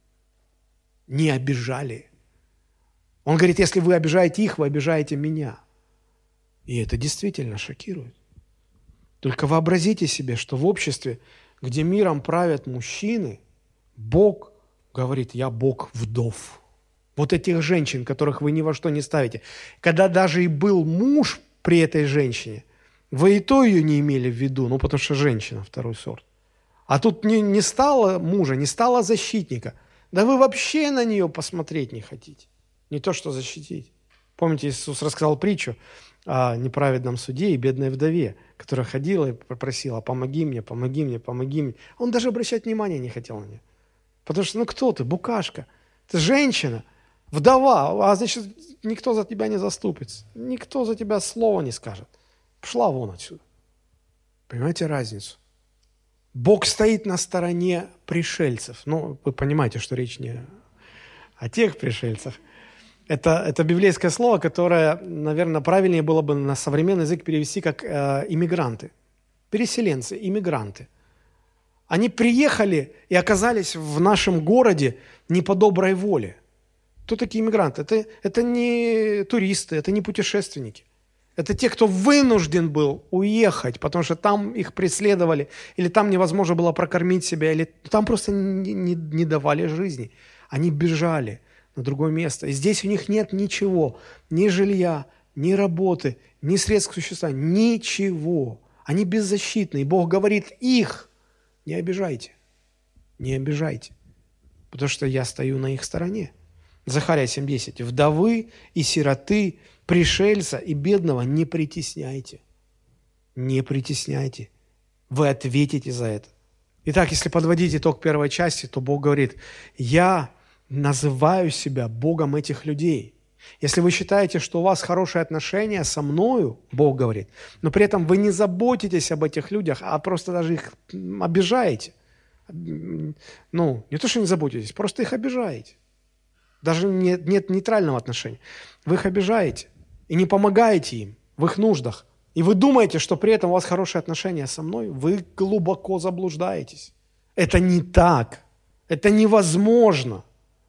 Не обижали. Он говорит, если вы обижаете их, вы обижаете меня. И это действительно шокирует. Только вообразите себе, что в обществе, где миром правят мужчины, Бог говорит, я Бог вдов. Вот этих женщин, которых вы ни во что не ставите. Когда даже и был муж при этой женщине, вы и то ее не имели в виду, ну потому что женщина второй сорт. А тут не, не стало мужа, не стало защитника. Да вы вообще на нее посмотреть не хотите. Не то, что защитить. Помните, Иисус рассказал притчу о неправедном суде и бедной вдове, которая ходила и попросила, помоги мне, помоги мне, помоги мне. Он даже обращать внимания не хотел на нее. Потому что, ну кто ты, букашка? Ты женщина, вдова, а значит, никто за тебя не заступится. Никто за тебя слова не скажет. Пошла вон отсюда. Понимаете разницу? Бог стоит на стороне пришельцев. Ну, вы понимаете, что речь не о тех пришельцах. Это, это библейское слово, которое, наверное, правильнее было бы на современный язык перевести как э, иммигранты, переселенцы, иммигранты. Они приехали и оказались в нашем городе не по доброй воле. Кто такие иммигранты? Это, это не туристы, это не путешественники. Это те, кто вынужден был уехать, потому что там их преследовали, или там невозможно было прокормить себя, или там просто не, не, не давали жизни. Они бежали на другое место. И здесь у них нет ничего, ни жилья, ни работы, ни средств к существованию, ничего. Они беззащитны. И Бог говорит: их не обижайте, не обижайте, потому что я стою на их стороне. Захария семь десять. Вдовы и сироты, пришельца и бедного не притесняйте. Не притесняйте. Вы ответите за это. Итак, если подводить итог первой части, то Бог говорит: я называю себя Богом этих людей. Если вы считаете, что у вас хорошие отношения со мною, Бог говорит, но при этом вы не заботитесь об этих людях, а просто даже их обижаете. Ну, не то, что не заботитесь, просто их обижаете. Даже нет, нет нейтрального отношения. Вы их обижаете и не помогаете им в их нуждах. И вы думаете, что при этом у вас хорошие отношения со мной, вы глубоко заблуждаетесь. Это не так. Это невозможно.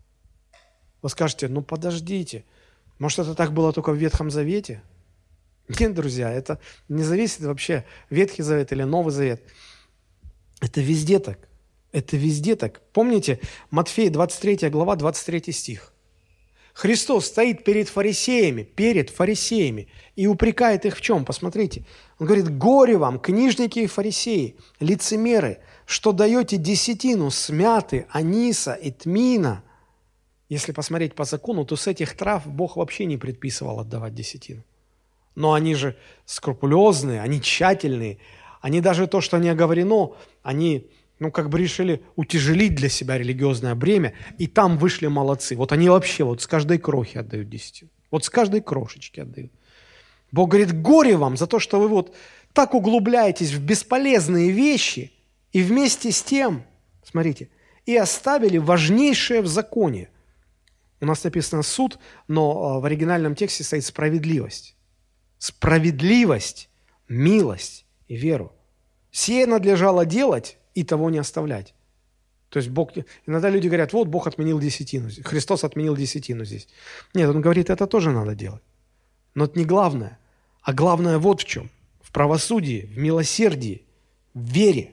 Вы скажете: ну подождите, может, это так было только в Ветхом Завете? Нет, друзья, это не зависит вообще, Ветхий Завет или Новый Завет. Это везде так. Это везде так. Помните, Матфея двадцать третья глава, двадцать третий стих. Христос стоит перед фарисеями, перед фарисеями и упрекает их в чем? Посмотрите. Он говорит: горе вам, книжники и фарисеи, лицемеры, что даете десятину с мяты, аниса и тмина. Если посмотреть по закону, то с этих трав Бог вообще не предписывал отдавать десятину. Но они же скрупулезные, они тщательные. Они даже то, что не оговорено, они, ну, как бы решили утяжелить для себя религиозное бремя, и там вышли молодцы. Вот они вообще вот с каждой крохи отдают десятину. Вот с каждой крошечки отдают. Бог говорит: горе вам за то, что вы вот так углубляетесь в бесполезные вещи, и вместе с тем, смотрите, и оставили важнейшее в законе. У нас написано суд, но в оригинальном тексте стоит справедливость. Справедливость, милость и веру. Сие надлежало делать и того не оставлять. То есть Бог... Иногда люди говорят: вот Бог отменил десятину, Христос отменил десятину здесь. Нет, Он говорит, это тоже надо делать. Но это не главное. А главное вот в чем. В правосудии, в милосердии, в вере.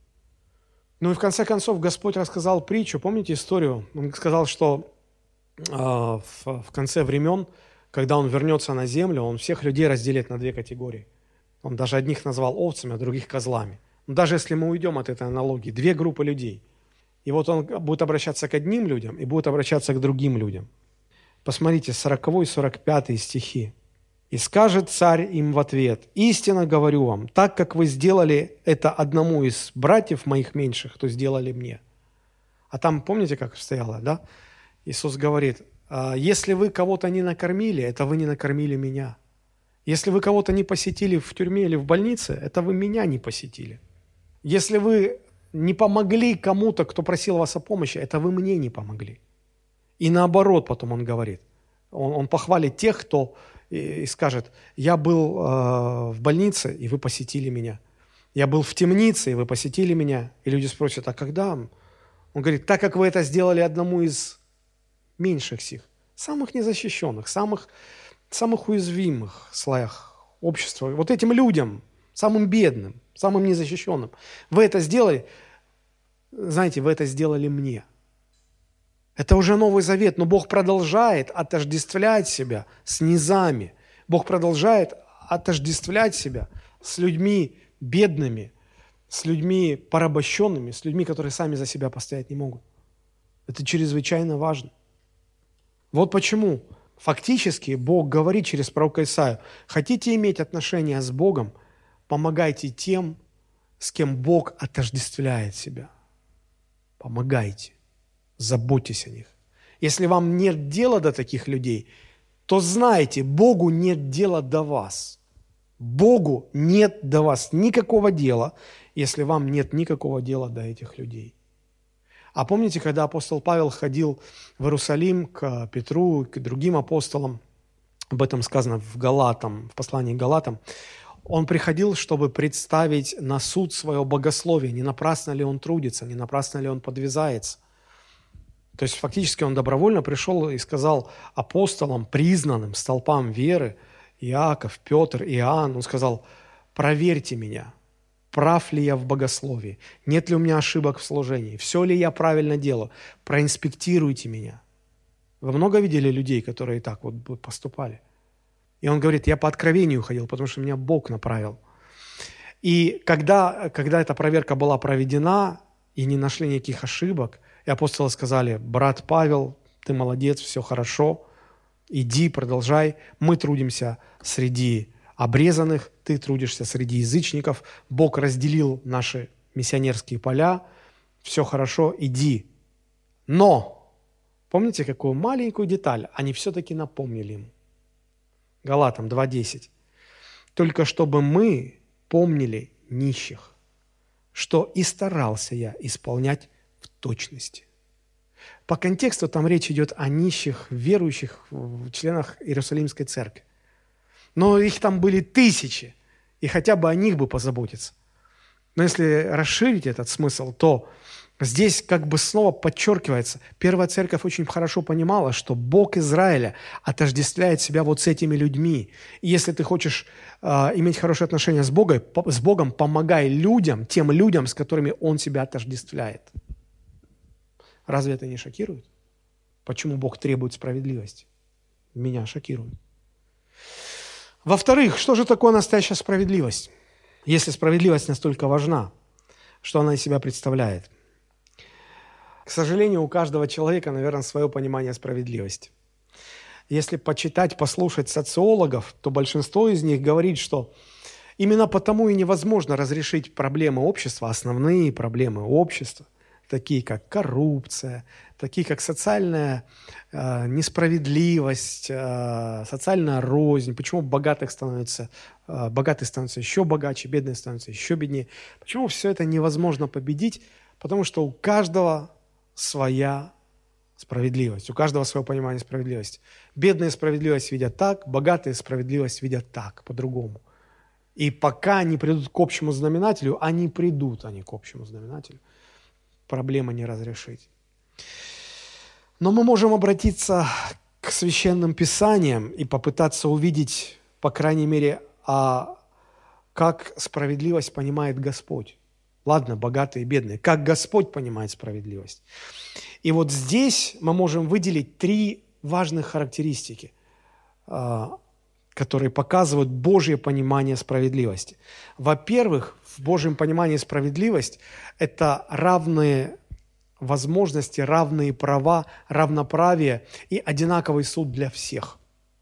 Ну и в конце концов Господь рассказал притчу. Помните историю? Он сказал, что э, в, в конце времен, когда Он вернется на землю, Он всех людей разделит на две категории. Он даже одних назвал овцами, а других козлами. Но даже если мы уйдем от этой аналогии, две группы людей. И вот Он будет обращаться к одним людям и будет обращаться к другим людям. Посмотрите, сороковой и сорок пятый стихи. «И скажет царь им в ответ: истинно говорю вам, так как вы сделали это одному из братьев моих меньших, то сделали мне». А там, помните, как стояло, да? Иисус говорит: если вы кого-то не накормили, это вы не накормили меня. Если вы кого-то не посетили в тюрьме или в больнице, это вы меня не посетили. Если вы не помогли кому-то, кто просил вас о помощи, это вы мне не помогли. И наоборот, потом он говорит, он, он похвалит тех, кто и, и скажет: я был э, в больнице, и вы посетили меня. Я был в темнице, и вы посетили меня. И люди спросят: а когда? Он говорит: так как вы это сделали одному из меньших сих, самых незащищенных, самых, самых уязвимых слоях общества, вот этим людям, самым бедным, самым незащищенным, вы это сделали, знаете, вы это сделали мне. Это уже Новый Завет, но Бог продолжает отождествлять себя с низами. Бог продолжает отождествлять себя с людьми бедными, с людьми порабощенными, с людьми, которые сами за себя постоять не могут. Это чрезвычайно важно. Вот почему фактически Бог говорит через пророка Исаию: хотите иметь отношения с Богом, помогайте тем, с кем Бог отождествляет себя. Помогайте. Заботьтесь о них. Если вам нет дела до таких людей, то знайте, Богу нет дела до вас. Богу нет до вас никакого дела, если вам нет никакого дела до этих людей. А помните, когда апостол Павел ходил в Иерусалим к Петру, к другим апостолам, об этом сказано в Галатам, в послании к Галатам, он приходил, чтобы представить на суд свое богословие, не напрасно ли он трудится, не напрасно ли он подвязается. То есть фактически он добровольно пришел и сказал апостолам, признанным столпам веры, Иаков, Петр, Иоанн, он сказал: проверьте меня, прав ли я в богословии, нет ли у меня ошибок в служении, все ли я правильно делаю, проинспектируйте меня. Вы много видели людей, которые так вот поступали? И он говорит: я по откровению ходил, потому что меня Бог направил. И когда, когда эта проверка была проведена, и не нашли никаких ошибок, и апостолы сказали: брат Павел, ты молодец, все хорошо, иди, продолжай, мы трудимся среди обрезанных, ты трудишься среди язычников, Бог разделил наши миссионерские поля, все хорошо, иди. Но, помните, какую маленькую деталь они все-таки напомнили ему? Галатам два десять. Только чтобы мы помнили нищих, что и старался я исполнять в точности. По контексту там речь идет о нищих, верующих, членах Иерусалимской церкви. Но их там были тысячи, и хотя бы о них бы позаботиться. Но если расширить этот смысл, то здесь как бы снова подчеркивается, первая церковь очень хорошо понимала, что Бог Израиля отождествляет себя вот с этими людьми. И если ты хочешь э, иметь хорошие отношения с Богом, по, с Богом, помогай людям, тем людям, с которыми Он себя отождествляет. Разве это не шокирует? Почему Бог требует справедливости? Меня шокирует. Во-вторых, что же такое настоящая справедливость? Если справедливость настолько важна, что она из себя представляет? К сожалению, у каждого человека, наверное, свое понимание справедливости. Если почитать, послушать социологов, то большинство из них говорит, что именно потому и невозможно разрешить проблемы общества, основные проблемы общества, такие как коррупция, такие как социальная э, несправедливость, э, социальная рознь, почему богатых становится, э, богатые становятся еще богаче, бедные становятся еще беднее. Почему все это невозможно победить? Потому что у каждого своя справедливость, у каждого свое понимание справедливости. Бедные справедливость видят так, богатые справедливость видят так, по-другому. И пока они придут к общему знаменателю, они придут, они к общему знаменателю. Проблемы не разрешить. Но мы можем обратиться к священным писаниям и попытаться увидеть, по крайней мере, а как справедливость понимает Господь. Ладно, богатые и бедные. Как Господь понимает справедливость. И вот здесь мы можем выделить три важных характеристики, которые показывают Божье понимание справедливости. Во-первых, в Божьем понимании справедливость – это равные возможности, равные права, равноправие и одинаковый суд для всех.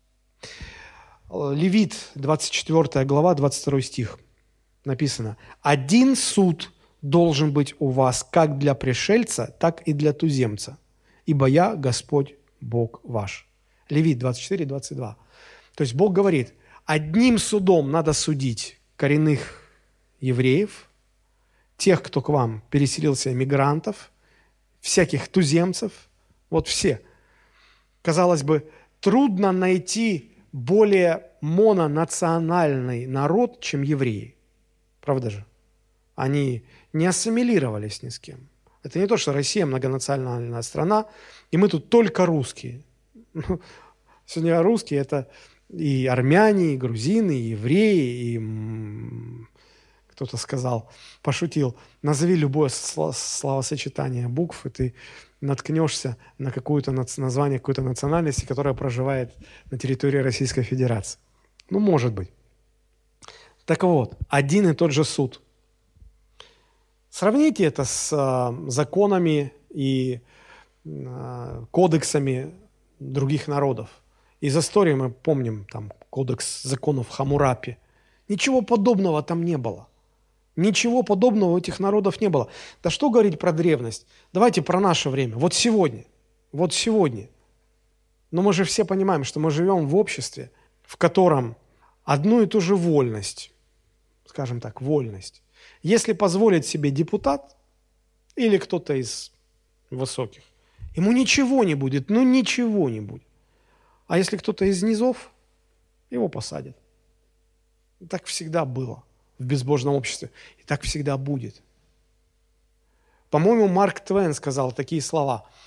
Левит, двадцать четвёртая глава, двадцать второй стих. Написано: «Один суд должен быть у вас как для пришельца, так и для туземца, ибо я Господь Бог ваш». Левит двадцать четыре, двадцать два. То есть Бог говорит, одним судом надо судить коренных евреев, тех, кто к вам переселился, эмигрантов, всяких туземцев, вот все. Казалось бы, трудно найти более мононациональный народ, чем евреи. Правда же? Они не ассимилировались ни с кем. Это не то, что Россия многонациональная страна, и мы тут только русские. Сегодня русские – это и армяне, и грузины, и евреи, и кто-то сказал, пошутил, назови любое словосочетание букв, и ты наткнешься на какое-то название какой-то национальности, которая проживает на территории Российской Федерации. Ну, может быть. Так вот, один и тот же суд. Сравните это с э, законами и э, кодексами других народов. Из истории мы помним там кодекс законов Хаммурапи. Ничего подобного там не было. Ничего подобного у этих народов не было. Да что говорить про древность? Давайте про наше время. Вот сегодня. Вот сегодня. Но мы же все понимаем, что мы живем в обществе, в котором одну и ту же вольность, скажем так, вольность, если позволит себе депутат или кто-то из высоких, ему ничего не будет, ну ничего не будет. А если кто-то из низов, его посадят. Так всегда было в безбожном обществе. И так всегда будет. По-моему, Марк Твен сказал такие слова.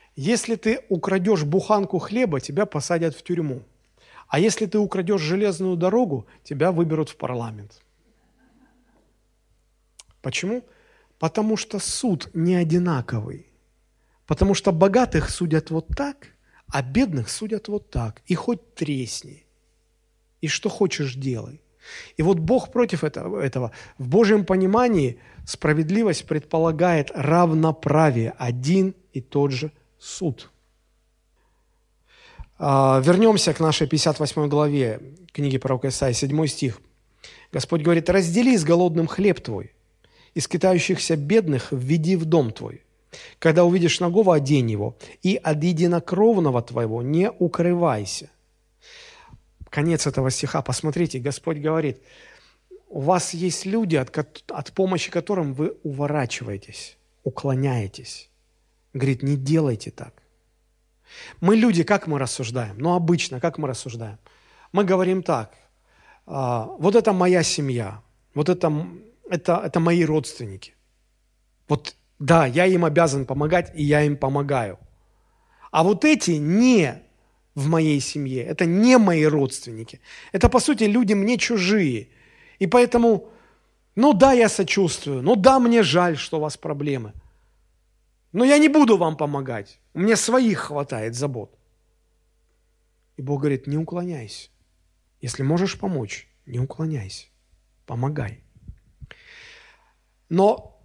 Если ты украдешь буханку хлеба, тебя посадят в тюрьму. А если ты украдешь железную дорогу, тебя выберут в парламент. Почему? Потому что суд не одинаковый. Потому что богатых судят вот так, а бедных судят вот так. И хоть тресни. И что хочешь делай. И вот Бог против этого. В Божьем понимании справедливость предполагает равноправие, один и тот же суд. Вернемся к нашей пятьдесят восьмой главе книги пророка Исаии, седьмой стих. Господь говорит: «Раздели с голодным хлеб твой, и скитающихся бедных введи в дом твой. Когда увидишь нагого, одень его, и от единокровного твоего не укрывайся». Конец этого стиха, посмотрите, Господь говорит: у вас есть люди, от, от помощи которым вы уворачиваетесь, уклоняетесь. Говорит, не делайте так. Мы люди, как мы рассуждаем? Ну, обычно, как мы рассуждаем? Мы говорим так: а, вот это моя семья, вот это, это, это мои родственники. Вот да, я им обязан помогать, и я им помогаю. А вот эти не в моей семье, это не мои родственники. Это, по сути, люди мне чужие. И поэтому, ну да, я сочувствую, ну да, мне жаль, что у вас проблемы. Но я не буду вам помогать. У меня своих хватает забот. И Бог говорит: не уклоняйся. Если можешь помочь, не уклоняйся. Помогай. Но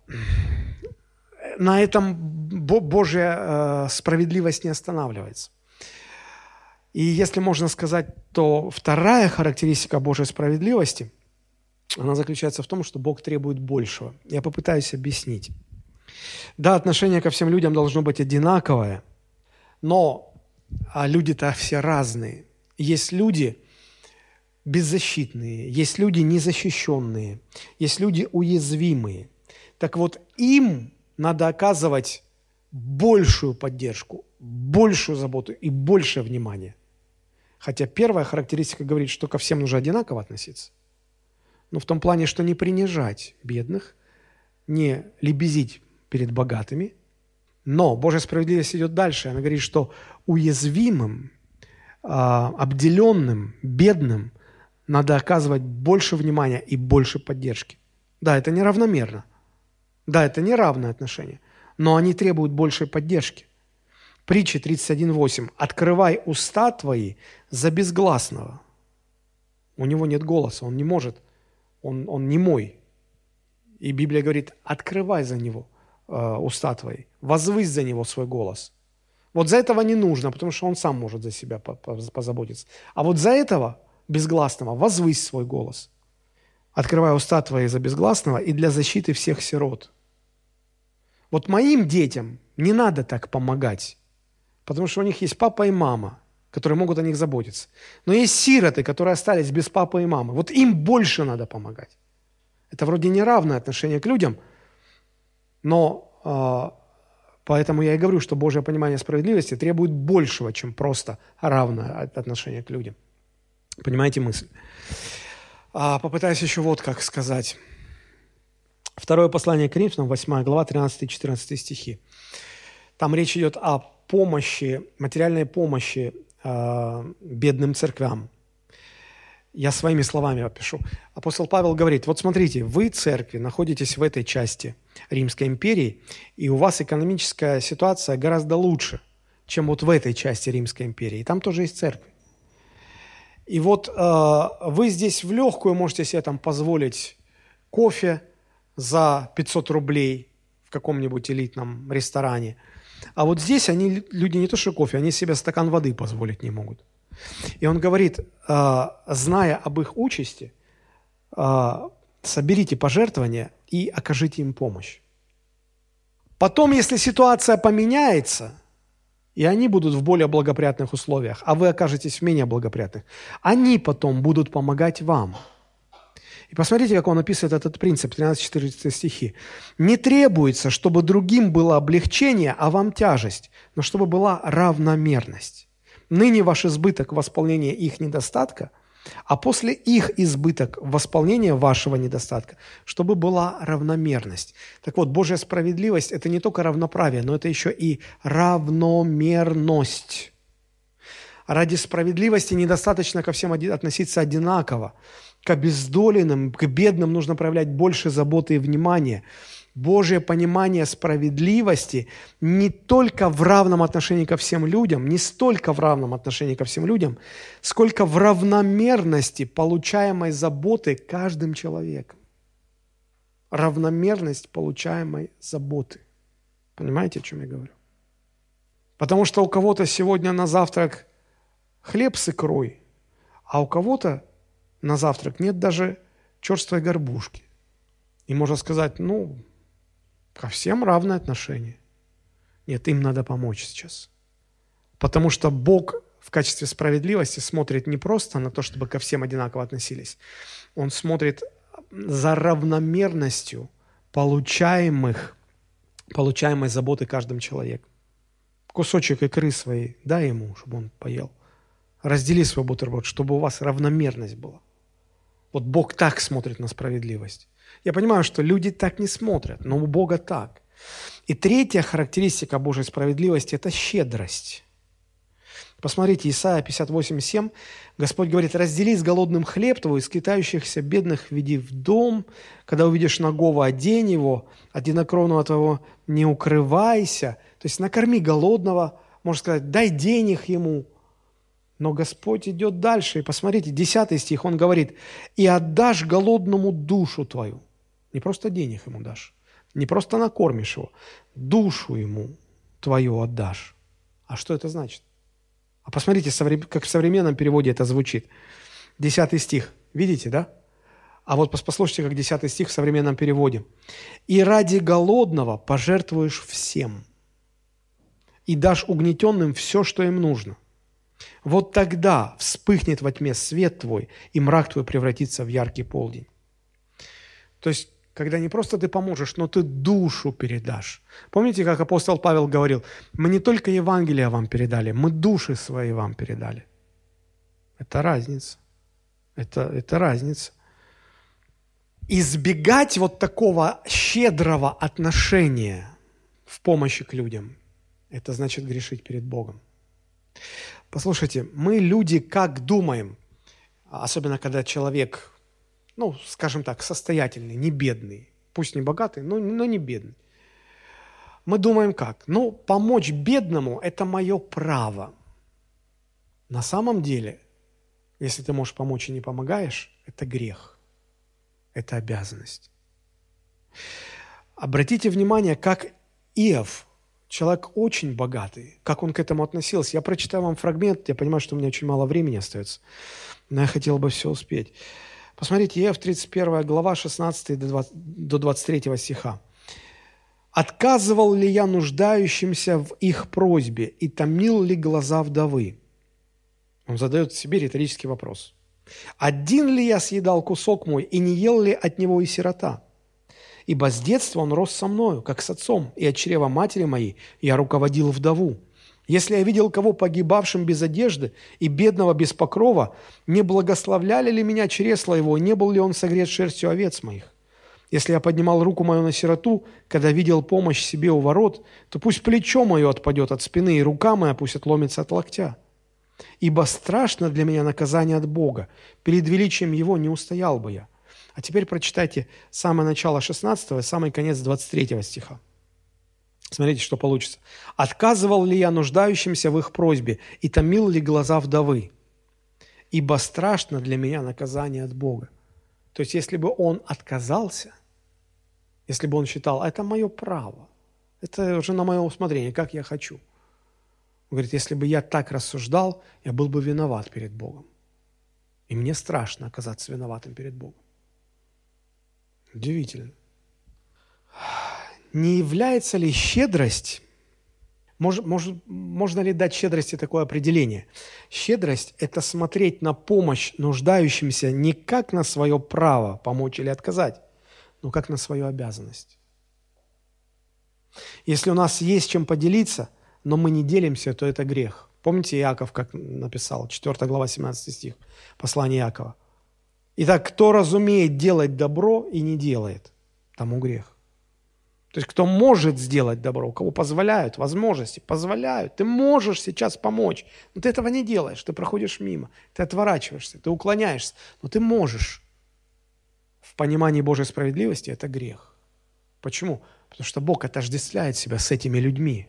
на этом Божья справедливость не останавливается. И если можно сказать, то вторая характеристика Божьей справедливости, она заключается в том, что Бог требует большего. Я попытаюсь объяснить. Да, отношение ко всем людям должно быть одинаковое, но а люди-то все разные. Есть люди беззащитные, есть люди незащищенные, есть люди уязвимые. Так вот, им надо оказывать большую поддержку, большую заботу и большее внимание. Хотя первая характеристика говорит, что ко всем нужно одинаково относиться. Но в том плане, что не принижать бедных, не лебезить перед богатыми. Но Божья справедливость идет дальше. Она говорит, что уязвимым, обделенным, бедным надо оказывать больше внимания и больше поддержки. Да, это неравномерно. Да, это неравное отношение. Но они требуют большей поддержки. Притча тридцать один восемь. «Открывай уста твои за безгласного». У него нет голоса, он не может, он, он немой. И Библия говорит: открывай за него э, уста твои, возвысь за него свой голос. Вот за этого не нужно, потому что он сам может за себя позаботиться. А вот за этого безгласного возвысь свой голос. «Открывай уста твои за безгласного и для защиты всех сирот». Вот моим детям не надо так помогать, потому что у них есть папа и мама, которые могут о них заботиться. Но есть сироты, которые остались без папы и мамы. Вот им больше надо помогать. Это вроде неравное отношение к людям, но э, поэтому я и говорю, что Божье понимание справедливости требует большего, чем просто равное отношение к людям. Понимаете мысль? А, попытаюсь еще вот как сказать. Второе послание к Коринфянам, восьмая глава, тринадцатый-четырнадцатый стихи. Там речь идет о помощи, материальной помощи э, бедным церквям. Я своими словами опишу. Апостол Павел говорит: вот смотрите, вы, церкви, находитесь в этой части Римской империи, и у вас экономическая ситуация гораздо лучше, чем вот в этой части Римской империи. И там тоже есть церкви. И вот э, вы здесь в легкую можете себе там позволить кофе за пятьсот рублей в каком-нибудь элитном ресторане. А вот здесь они, люди не то что кофе, они себе стакан воды позволить не могут. И он говорит, э, зная об их участи, э, соберите пожертвования и окажите им помощь. Потом, если ситуация поменяется, и они будут в более благоприятных условиях, а вы окажетесь в менее благоприятных, они потом будут помогать вам. И посмотрите, как он описывает этот принцип, тринадцать-четырнадцать стихи. «Не требуется, чтобы другим было облегчение, а вам тяжесть, но чтобы была равномерность. Ныне ваш избыток в восполнении их недостатка а после их избыток восполнение вашего недостатка, чтобы была равномерность. Так вот, Божья справедливость – это не только равноправие, но это еще и равномерность. Ради справедливости недостаточно ко всем относиться одинаково. К обездоленным, к бедным нужно проявлять больше заботы и внимания. Божье понимание справедливости не только в равном отношении ко всем людям, не столько в равном отношении ко всем людям, сколько в равномерности получаемой заботы каждым человеком. Равномерность получаемой заботы. Понимаете, о чем я говорю? Потому что у кого-то сегодня на завтрак хлеб с икрой, а у кого-то на завтрак нет даже черствой горбушки. И можно сказать, ну, ко всем равное отношение. Нет, им надо помочь сейчас. Потому что Бог в качестве справедливости смотрит не просто на то, чтобы ко всем одинаково относились. Он смотрит за равномерностью получаемых, получаемой заботы каждым человеком. Кусочек икры своей дай ему, чтобы он поел. Раздели свой бутерброд, чтобы у вас равномерность была. Вот Бог так смотрит на справедливость. Я понимаю, что люди так не смотрят, но у Бога так. И третья характеристика Божьей справедливости – это щедрость. Посмотрите, Исайя пятьдесят восемь семь. Господь говорит: «Раздели с голодным хлеб твой, из скитающихся бедных веди в дом. Когда увидишь нагого, одень его, от единокровного твоего не укрывайся». То есть накорми голодного, можно сказать, дай денег ему. Но Господь идет дальше. И посмотрите, десятый стих, Он говорит: «И отдашь голодному душу твою». Не просто денег ему дашь, не просто накормишь его, душу ему твою отдашь. А что это значит? А посмотрите, как в современном переводе это звучит. Десятый стих. Видите, да? А вот послушайте, как десятый стих в современном переводе. «И ради голодного пожертвуешь всем, и дашь угнетенным все, что им нужно. Вот тогда вспыхнет во тьме свет твой, и мрак твой превратится в яркий полдень». То есть, когда не просто ты поможешь, но ты душу передашь. Помните, как апостол Павел говорил: «Мы не только Евангелие вам передали, мы души свои вам передали». Это разница. Это, это разница. Избегать вот такого щедрого отношения в помощи к людям – это значит грешить перед Богом. Послушайте, мы люди как думаем, особенно когда человек, ну, скажем так, состоятельный, не бедный, пусть не богатый, но, но не бедный. Мы думаем как? Ну, помочь бедному – это мое право. На самом деле, если ты можешь помочь и не помогаешь, это грех, это обязанность. Обратите внимание, как Иов, человек очень богатый, как он к этому относился. Я прочитаю вам фрагмент, я понимаю, что у меня очень мало времени остается, но я хотел бы все успеть. Посмотрите, Иов, тридцать первая глава, шестнадцатый до двадцать третьего стиха. «Отказывал ли я нуждающимся в их просьбе и томил ли глаза вдовы?» Он задает себе риторический вопрос. «Один ли я съедал кусок мой, и не ел ли от него и сирота? Ибо с детства он рос со мною, как с отцом, и от чрева матери моей я руководил вдову. Если я видел кого погибавшим без одежды и бедного без покрова, не благословляли ли меня чресла его, не был ли он согрет шерстью овец моих? Если я поднимал руку мою на сироту, когда видел помощь себе у ворот, то пусть плечо мое отпадет от спины, и рука моя пусть отломится от локтя. Ибо страшно для меня наказание от Бога, перед величием Его не устоял бы я». А теперь прочитайте самое начало шестнадцатого и самый конец двадцать третьего стиха. Смотрите, что получится. «Отказывал ли я нуждающимся в их просьбе и томил ли глаза вдовы? Ибо страшно для меня наказание от Бога». То есть, если бы он отказался, если бы он считал, это мое право, это уже на мое усмотрение, как я хочу. Он говорит, если бы я так рассуждал, я был бы виноват перед Богом. И мне страшно оказаться виноватым перед Богом. Удивительно. Не является ли щедрость, мож, мож, можно ли дать щедрости такое определение? Щедрость – это смотреть на помощь нуждающимся не как на свое право помочь или отказать, но как на свою обязанность. Если у нас есть чем поделиться, но мы не делимся, то это грех. Помните, Иаков как написал, четвёртая глава, семнадцатый стих, послание Иакова. Итак, кто разумеет делать добро и не делает, тому грех. То есть, кто может сделать добро, у кого позволяют возможности, позволяют. Ты можешь сейчас помочь, но ты этого не делаешь, ты проходишь мимо, ты отворачиваешься, ты уклоняешься, но ты можешь. В понимании Божьей справедливости это грех. Почему? Потому что Бог отождествляет себя с этими людьми.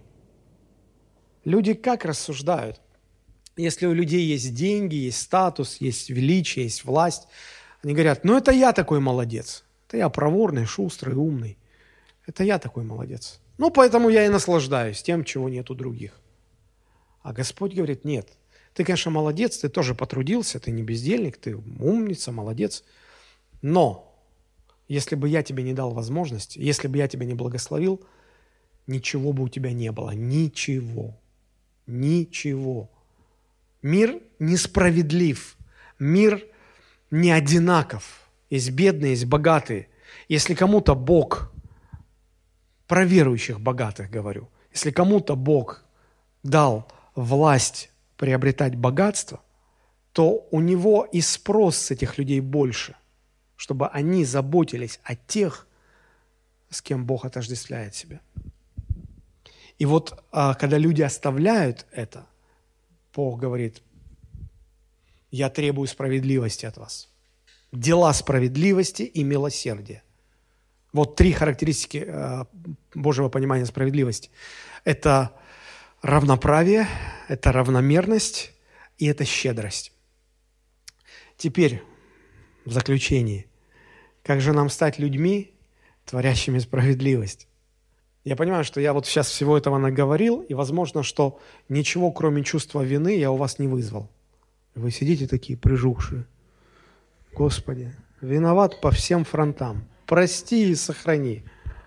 Люди как рассуждают? Если у людей есть деньги, есть статус, есть величие, есть власть, они говорят, ну это я такой молодец, это я проворный, шустрый, умный. Это я такой молодец. Ну, поэтому я и наслаждаюсь тем, чего нет у других. А Господь говорит, нет, ты, конечно, молодец, ты тоже потрудился, ты не бездельник, ты умница, молодец. Но если бы я тебе не дал возможность, если бы я тебя не благословил, ничего бы у тебя не было. Ничего. Ничего. Мир несправедлив. Мир не одинаков. Есть бедные, есть богатые. Если кому-то Бог... Про верующих богатых говорю. Если кому-то Бог дал власть приобретать богатство, то у него и спрос с этих людей больше, чтобы они заботились о тех, с кем Бог отождествляет себя. И вот когда люди оставляют это, Бог говорит, я требую справедливости от вас. Дела справедливости и милосердия. Вот три характеристики э, Божьего понимания справедливости. Это равноправие, это равномерность и это щедрость. Теперь, в заключении, как же нам стать людьми, творящими справедливость? Я понимаю, что я вот сейчас всего этого наговорил, и возможно, что ничего, кроме чувства вины, я у вас не вызвал. Вы сидите такие прижухшие. Господи, виноват по всем фронтам. Прости и сохрани.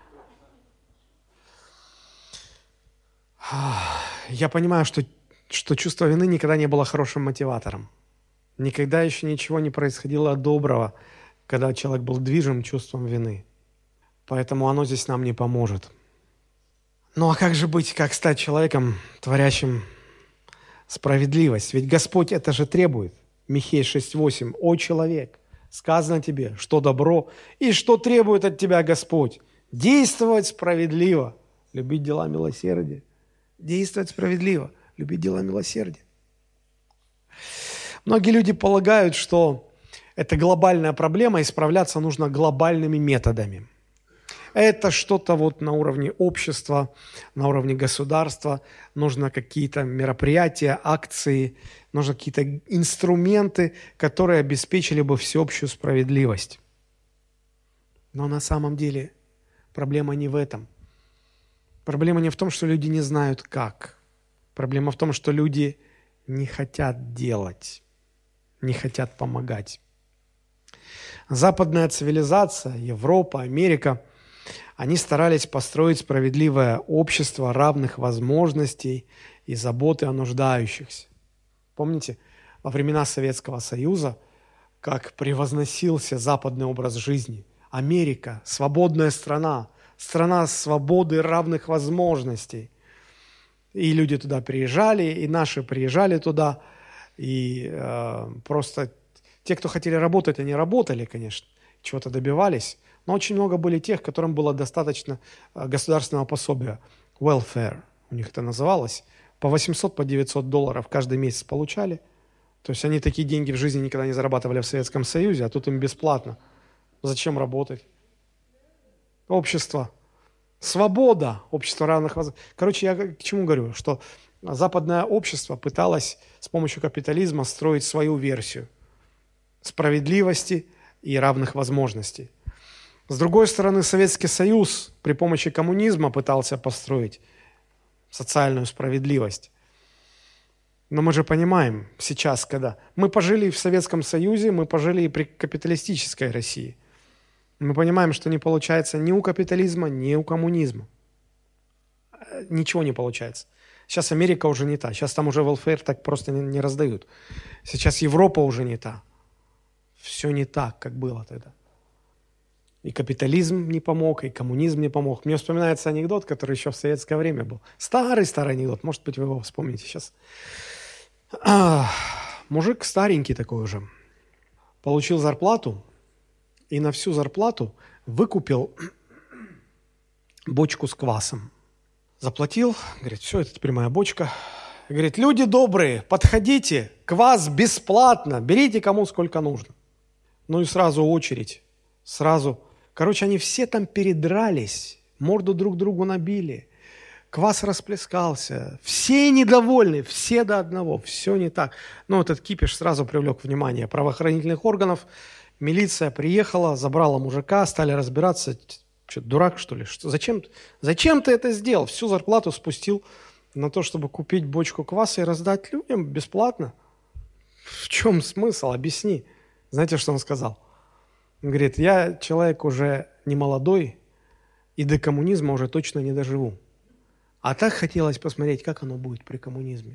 Я понимаю, что, что чувство вины никогда не было хорошим мотиватором. Никогда еще ничего не происходило доброго, когда человек был движим чувством вины. Поэтому оно здесь нам не поможет. Ну а как же быть, как стать человеком, творящим справедливость? Ведь Господь это же требует. Михея шесть восемь. «О человек, сказано тебе, что добро, и что требует от тебя Господь. Действовать справедливо, любить дела милосердия». Действовать справедливо, любить дела милосердия. Многие люди полагают, что это глобальная проблема, и справляться нужно глобальными методами. Это что-то вот на уровне общества, на уровне государства. Нужно какие-то мероприятия, акции, нужны какие-то инструменты, которые обеспечили бы всеобщую справедливость. Но на самом деле проблема не в этом. Проблема не в том, что люди не знают как. Проблема в том, что люди не хотят делать, не хотят помогать. Западная цивилизация, Европа, Америка, они старались построить справедливое общество равных возможностей и заботы о нуждающихся. Помните, во времена Советского Союза, как превозносился западный образ жизни? Америка – свободная страна, страна свободы, равных возможностей. И люди туда приезжали, и наши приезжали туда, и э, просто те, кто хотели работать, они работали, конечно, чего-то добивались, но очень много были тех, которым было достаточно государственного пособия, welfare, у них это называлось, по восемьсот, по девятьсот долларов каждый месяц получали. То есть они такие деньги в жизни никогда не зарабатывали в Советском Союзе, а тут им бесплатно. Зачем работать? Общество. Свобода. Общество равных возможностей. Короче, я к чему говорю? Что западное общество пыталось с помощью капитализма строить свою версию справедливости и равных возможностей. С другой стороны, Советский Союз при помощи коммунизма пытался построить социальную справедливость. Но мы же понимаем сейчас, когда мы пожили в Советском Союзе, мы пожили и при капиталистической России. Мы понимаем, что не получается ни у капитализма, ни у коммунизма. Ничего не получается. Сейчас Америка уже не та. Сейчас там уже welfare так просто не, не раздают. Сейчас Европа уже не та. Все не так, как было тогда. И капитализм не помог, и коммунизм не помог. Мне вспоминается анекдот, который еще в советское время был. Старый-старый анекдот. Может быть, вы его вспомните сейчас. Мужик старенький такой уже. Получил зарплату и на всю зарплату выкупил бочку с квасом. Заплатил, говорит, все, это теперь моя бочка. Говорит, люди добрые, подходите, квас бесплатно, берите кому сколько нужно. Ну и сразу очередь, сразу. Короче, они все там передрались, морду друг другу набили. Квас расплескался, все недовольны, все до одного, все не так. Но этот кипиш сразу привлек внимание правоохранительных органов. Милиция приехала, забрала мужика, стали разбираться. Что, дурак, что ли? Что, зачем, зачем ты это сделал? Всю зарплату спустил на то, чтобы купить бочку кваса и раздать людям бесплатно. В чем смысл? Объясни. Знаете, что он сказал? Он говорит, я человек уже не молодой и до коммунизма уже точно не доживу. А так хотелось посмотреть, как оно будет при коммунизме.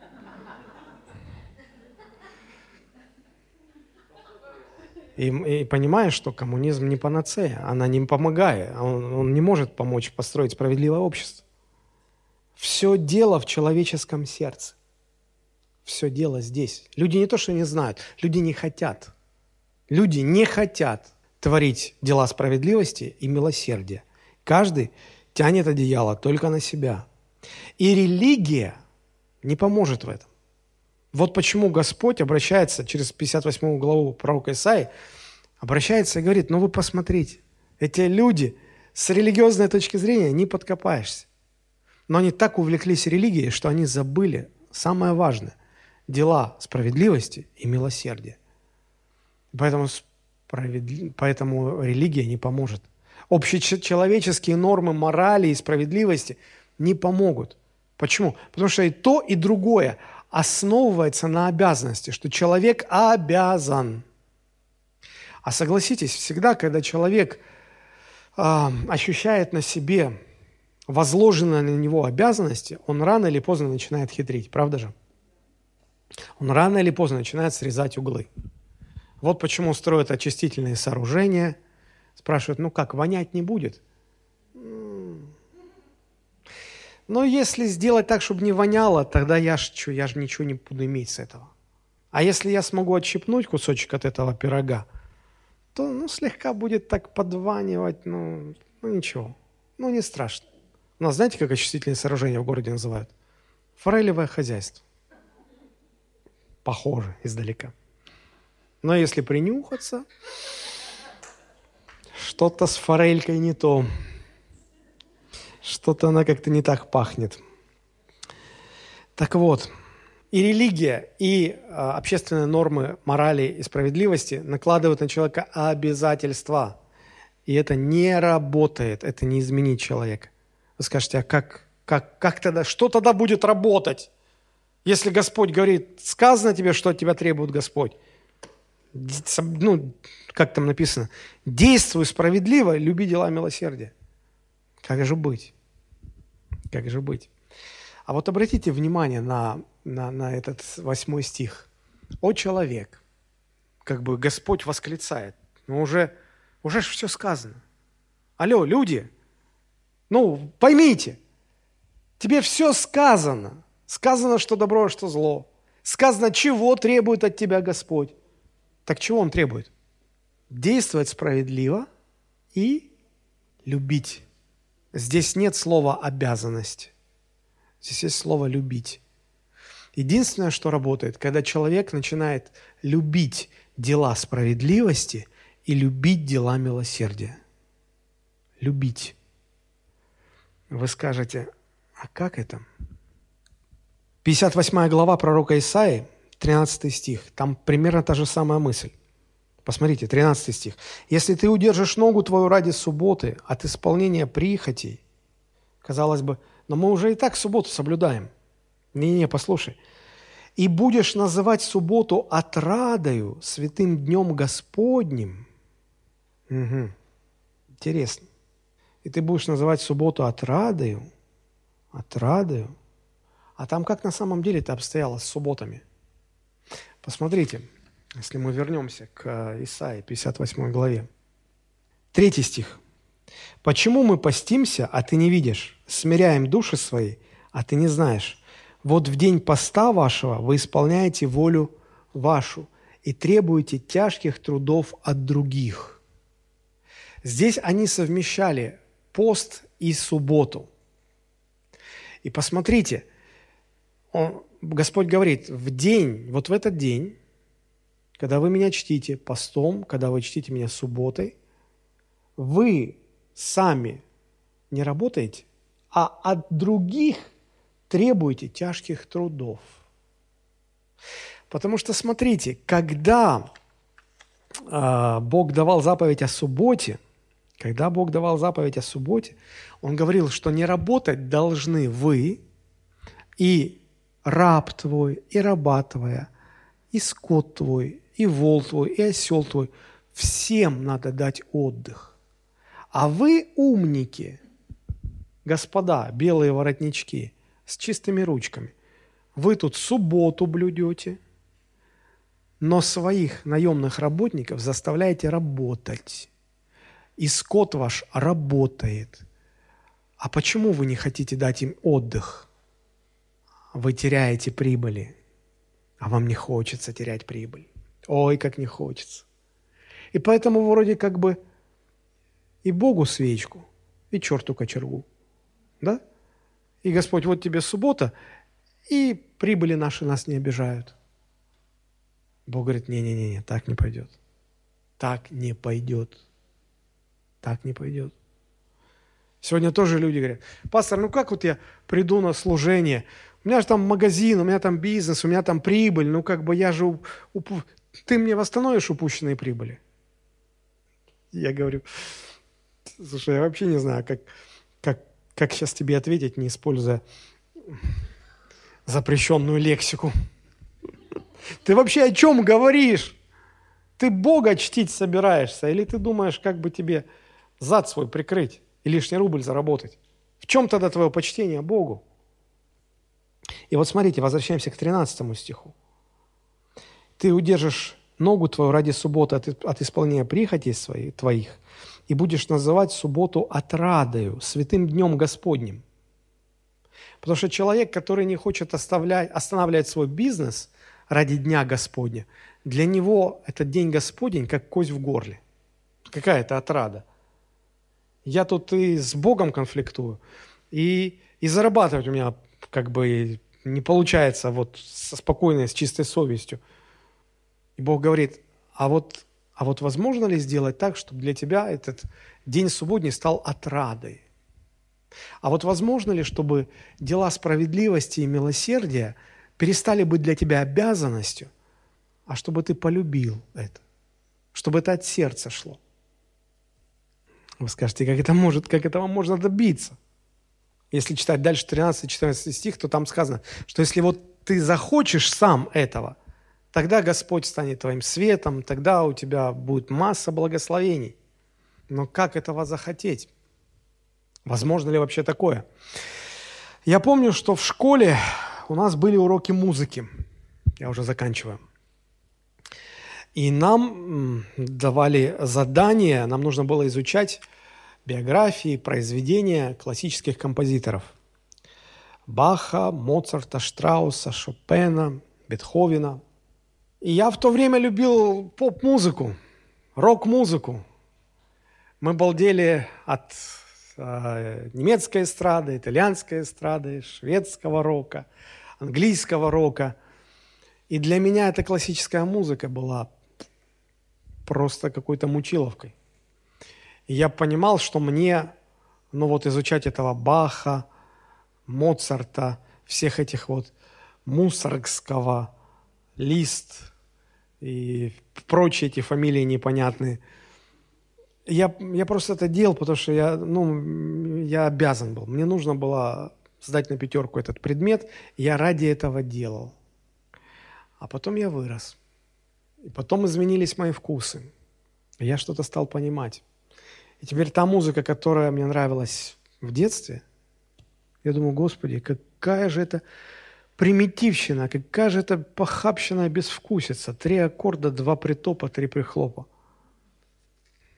И, и понимаешь, что коммунизм не панацея, она не помогает, он, он не может помочь построить справедливое общество. Все дело в человеческом сердце. Все дело здесь. Люди не то, что не знают, люди не хотят. Люди не хотят творить дела справедливости и милосердия. Каждый тянет одеяло только на себя. И религия не поможет в этом. Вот почему Господь обращается через пятьдесят восьмую главу пророка Исаии, обращается и говорит, ну вы посмотрите, эти люди с религиозной точки зрения не подкопаешься. Но они так увлеклись религией, что они забыли самое важное – дела справедливости и милосердия. Поэтому, справедли... Поэтому религия не поможет. Общечеловеческие нормы морали и справедливости не помогут. Почему? Потому что и то, и другое основывается на обязанности, что человек обязан. А согласитесь, всегда, когда человек э, ощущает на себе возложенные на него обязанности, он рано или поздно начинает хитрить, правда же? Он рано или поздно начинает срезать углы. Вот почему строят очистительные сооружения, спрашивают, ну как, вонять не будет? Но если сделать так, чтобы не воняло, тогда я ж, чё, я ж ничего не буду иметь с этого. А если я смогу отщипнуть кусочек от этого пирога, то ну, слегка будет так подванивать, ну, ну ничего, ну не страшно. У нас знаете, как очистительные сооружения в городе называют? Форелевое хозяйство. Похоже издалека. Но если принюхаться, что-то с форелькой не то. Что-то она как-то не так пахнет. Так вот, и религия, и а, общественные нормы морали и справедливости накладывают на человека обязательства. И это не работает, это не изменит человека. Вы скажете, а как, как, как тогда, что тогда будет работать? Если Господь говорит, сказано тебе, что от тебя требует Господь. Ну, как там написано, действуй справедливо, люби дела милосердия. Как же быть? Как же быть? А вот обратите внимание на, на, на этот восьмой стих. «О человек!» Как бы Господь восклицает. Ну, уже, уже ж все сказано. Алло, люди! Ну, поймите, тебе все сказано. Сказано, что добро, а что зло. Сказано, чего требует от тебя Господь. Так чего Он требует? Действовать справедливо и любить. Здесь нет слова «обязанность». Здесь есть слово «любить». Единственное, что работает, когда человек начинает любить дела справедливости и любить дела милосердия. Любить. Вы скажете, а как это? пятьдесят восьмая глава пророка Исаии, тринадцатый стих. Там примерно та же самая мысль. Посмотрите, тринадцатый стих. «Если ты удержишь ногу твою ради субботы от исполнения прихотей». Казалось бы, но мы уже и так субботу соблюдаем. Не-не, послушай. «И будешь называть субботу отрадою, святым днем Господним». Угу. Интересно. И ты будешь называть субботу отрадою, отрадою. А там как на самом деле это обстояло с субботами? Посмотрите. Если мы вернемся к Исаии, пятьдесят восьмой главе. Третий стих. «Почему мы постимся, а ты не видишь? Смиряем души свои, а ты не знаешь? Вот в день поста вашего вы исполняете волю вашу и требуете тяжких трудов от других». Здесь они совмещали пост и субботу. И посмотрите, он, Господь говорит, в день, вот в этот день, когда вы меня чтите постом, когда вы чтите меня субботой, вы сами не работаете, а от других требуете тяжких трудов. Потому что, смотрите, когда э, Бог давал заповедь о субботе, когда Бог давал заповедь о субботе, Он говорил, что не работать должны вы, и раб твой, и раба твоя, и скот твой, и вол твой, и осел твой. Всем надо дать отдых. А вы, умники, господа, белые воротнички, с чистыми ручками, вы тут субботу блюдете, но своих наемных работников заставляете работать. И скот ваш работает. А почему вы не хотите дать им отдых? Вы теряете прибыли, а вам не хочется терять прибыль. Ой, как не хочется. И поэтому вроде как бы и Богу свечку, и черту кочергу. Да? И Господь, вот тебе суббота, и прибыли наши нас не обижают. Бог говорит, не-не-не, так не пойдет. Так не пойдет. Так не пойдет. Сегодня тоже люди говорят, пастор, ну как вот я приду на служение, у меня же там магазин, у меня там бизнес, у меня там прибыль, ну как бы я же... Упу... Ты мне восстановишь упущенные прибыли? Я говорю, слушай, я вообще не знаю, как, как, как сейчас тебе ответить, не используя запрещенную лексику. Ты вообще о чем говоришь? Ты Бога чтить собираешься? Или ты думаешь, как бы тебе зад свой прикрыть и лишний рубль заработать? В чем тогда твое почтение Богу? И вот смотрите, возвращаемся к тринадцатому стиху. «Ты удержишь ногу твою ради субботы от, от исполнения прихотей своих, твоих, и будешь называть субботу отрадою, святым днем Господним». Потому что человек, который не хочет оставлять, останавливать свой бизнес ради Дня Господня, для него этот День Господень как кость в горле. Какая это отрада. Я тут и с Богом конфликтую, и, и зарабатывать у меня как бы не получается вот со спокойной, с чистой совестью. И Бог говорит, а вот, а вот возможно ли сделать так, чтобы для тебя этот день субботний стал отрадой? А вот возможно ли, чтобы дела справедливости и милосердия перестали быть для тебя обязанностью, а чтобы ты полюбил это, чтобы это от сердца шло? Вы скажете, как это может, как этого можно добиться? Если читать дальше тринадцатый-четырнадцатый стих, то там сказано, что если вот ты захочешь сам этого, тогда Господь станет твоим светом, тогда у тебя будет масса благословений. Но как этого захотеть? Возможно ли вообще такое? Я помню, что в школе у нас были уроки музыки. Я уже заканчиваю. И нам давали задания, нам нужно было изучать биографии, произведения классических композиторов. Баха, Моцарта, Штрауса, Шопена, Бетховена. И я в то время любил поп-музыку, рок-музыку. Мы балдели от э, немецкой эстрады, итальянской эстрады, шведского рока, английского рока. И для меня эта классическая музыка была просто какой-то мучиловкой. И я понимал, что мне, ну вот изучать этого Баха, Моцарта, всех этих вот Мусоргского, Лист и прочие эти фамилии непонятные. Я, я просто это делал, потому что я, ну, я обязан был. Мне нужно было сдать на пятерку этот предмет, и я ради этого делал. А потом я вырос. И потом изменились мои вкусы. И я что-то стал понимать. И теперь та музыка, которая мне нравилась в детстве, я думаю, Господи, какая же это примитивщина, какая же это похабщина безвкусица. Три аккорда, два притопа, три прихлопа.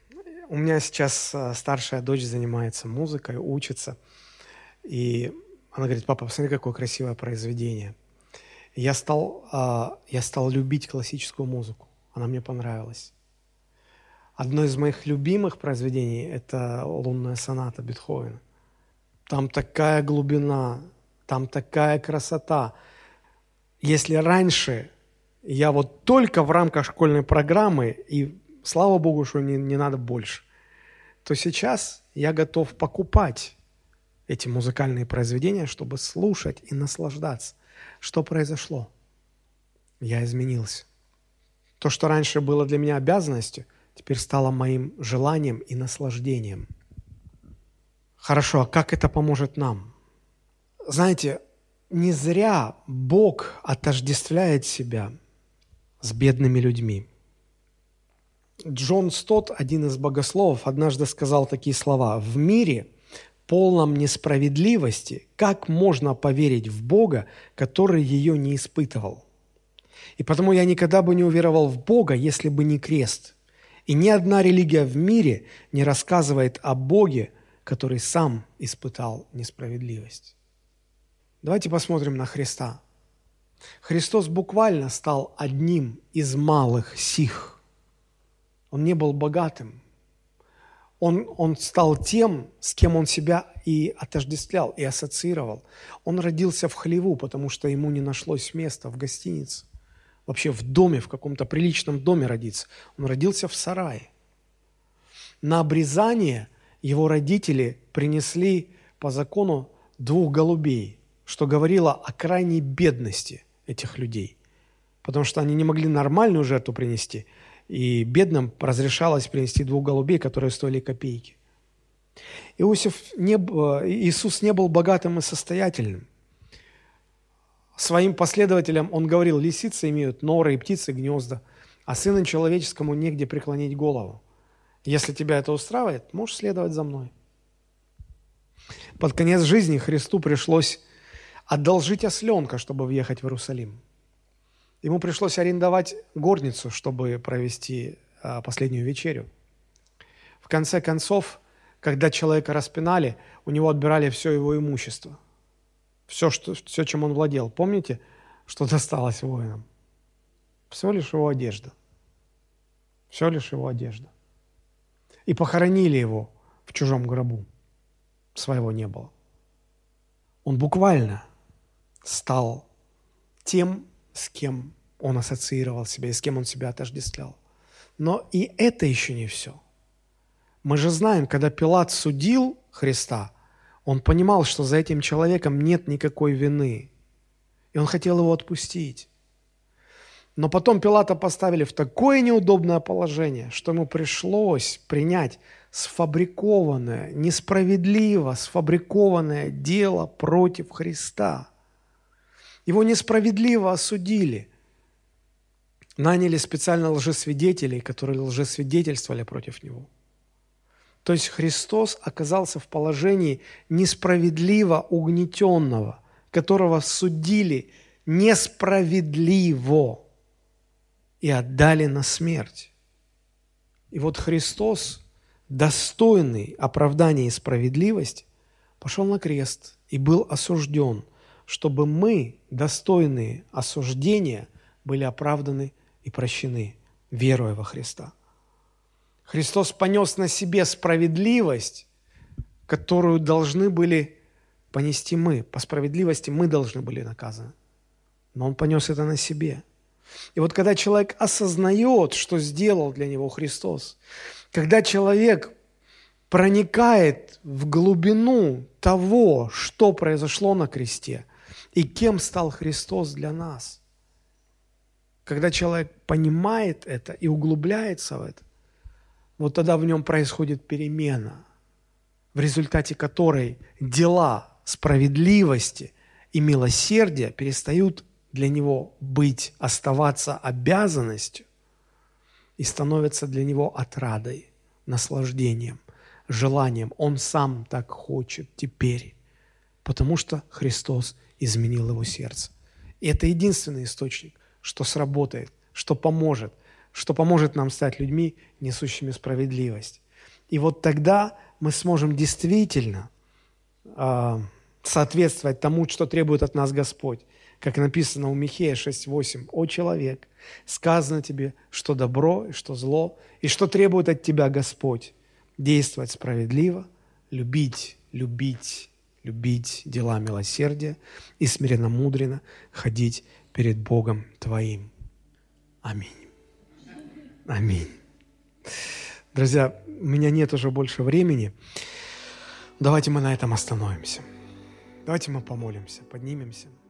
У меня сейчас старшая дочь занимается музыкой, учится. И Она говорит: папа, посмотри, какое красивое произведение. И я стал, а, я стал любить классическую музыку. Она мне понравилась. Одно из моих любимых произведений – это «Лунная соната» Бетховена. Там такая глубина, там такая красота. Если раньше я вот только в рамках школьной программы, и слава Богу, что не, не надо больше, то сейчас я готов покупать эти музыкальные произведения, чтобы слушать и наслаждаться. Что произошло? Я изменился. То, что раньше было для меня обязанностью, теперь стало моим желанием и наслаждением. Хорошо, а как это поможет нам? Знаете, не зря Бог отождествляет себя с бедными людьми. Джон Стотт, один из богословов, однажды сказал такие слова: «В мире, полном несправедливости, как можно поверить в Бога, который ее не испытывал? И потому я никогда бы не уверовал в Бога, если бы не крест. И ни одна религия в мире не рассказывает о Боге, который сам испытал несправедливость». Давайте посмотрим на Христа. Христос буквально стал одним из малых сих. Он не был богатым. Он, он стал тем, с кем он себя и отождествлял, и ассоциировал. Он родился в хлеву, потому что ему не нашлось места в гостинице. Вообще в доме, в каком-то приличном доме родиться. Он родился в сарае. На обрезание его родители принесли по закону двух голубей, что говорило о крайней бедности этих людей, потому что они не могли нормальную жертву принести, и бедным разрешалось принести двух голубей, которые стоили копейки. Иосиф не, Иисус не был богатым и состоятельным. Своим последователям он говорил: лисицы имеют норы и птицы гнезда, а сыну человеческому негде преклонить голову. Если тебя это устраивает, можешь следовать за мной. Под конец жизни Христу пришлось одолжить осленка, чтобы въехать в Иерусалим. Ему пришлось арендовать горницу, чтобы провести а, последнюю вечерю. В конце концов, когда человека распинали, у него отбирали все его имущество. Все, что, все, чем он владел. Помните, что досталось воинам? Всего лишь его одежда. Всего лишь его одежда. И похоронили его в чужом гробу. Своего не было. Он буквально стал тем, с кем он ассоциировал себя и с кем он себя отождествлял. Но и это еще не все. Мы же знаем, когда Пилат судил Христа, он понимал, что за этим человеком нет никакой вины. И он хотел его отпустить. Но потом Пилата поставили в такое неудобное положение, что ему пришлось принять сфабрикованное, несправедливо сфабрикованное дело против Христа. Его несправедливо осудили. Наняли специально лжесвидетелей, которые лжесвидетельствовали против него. То есть Христос оказался в положении несправедливо угнетенного, которого судили несправедливо и отдали на смерть. И вот Христос, достойный оправдания и справедливости, пошел на крест и был осужден, чтобы мы, достойные осуждения, были оправданы и прощены, веруя во Христа. Христос понес на себе справедливость, которую должны были понести мы. По справедливости мы должны были наказаны. Но Он понес это на себе. И вот когда человек осознает, что сделал для него Христос, когда человек проникает в глубину того, что произошло на кресте, и кем стал Христос для нас, когда человек понимает это и углубляется в это, вот тогда в нем происходит перемена, в результате которой дела справедливости и милосердия перестают для него быть, оставаться обязанностью и становятся для него отрадой, наслаждением, желанием. Он сам так хочет теперь, потому что Христос изменил его сердце. И это единственный источник, что сработает, что поможет, что поможет нам стать людьми, несущими справедливость. И вот тогда мы сможем действительно э, соответствовать тому, что требует от нас Господь. Как написано у Михея шесть восемь. «О человек, сказано тебе, что добро и что зло, и что требует от тебя Господь. Действовать справедливо, любить, любить, любить дела милосердия и смиренно-мудренно ходить перед Богом твоим». Аминь. Аминь. Друзья, у меня нет уже больше времени. Давайте мы на этом остановимся. Давайте мы помолимся, поднимемся.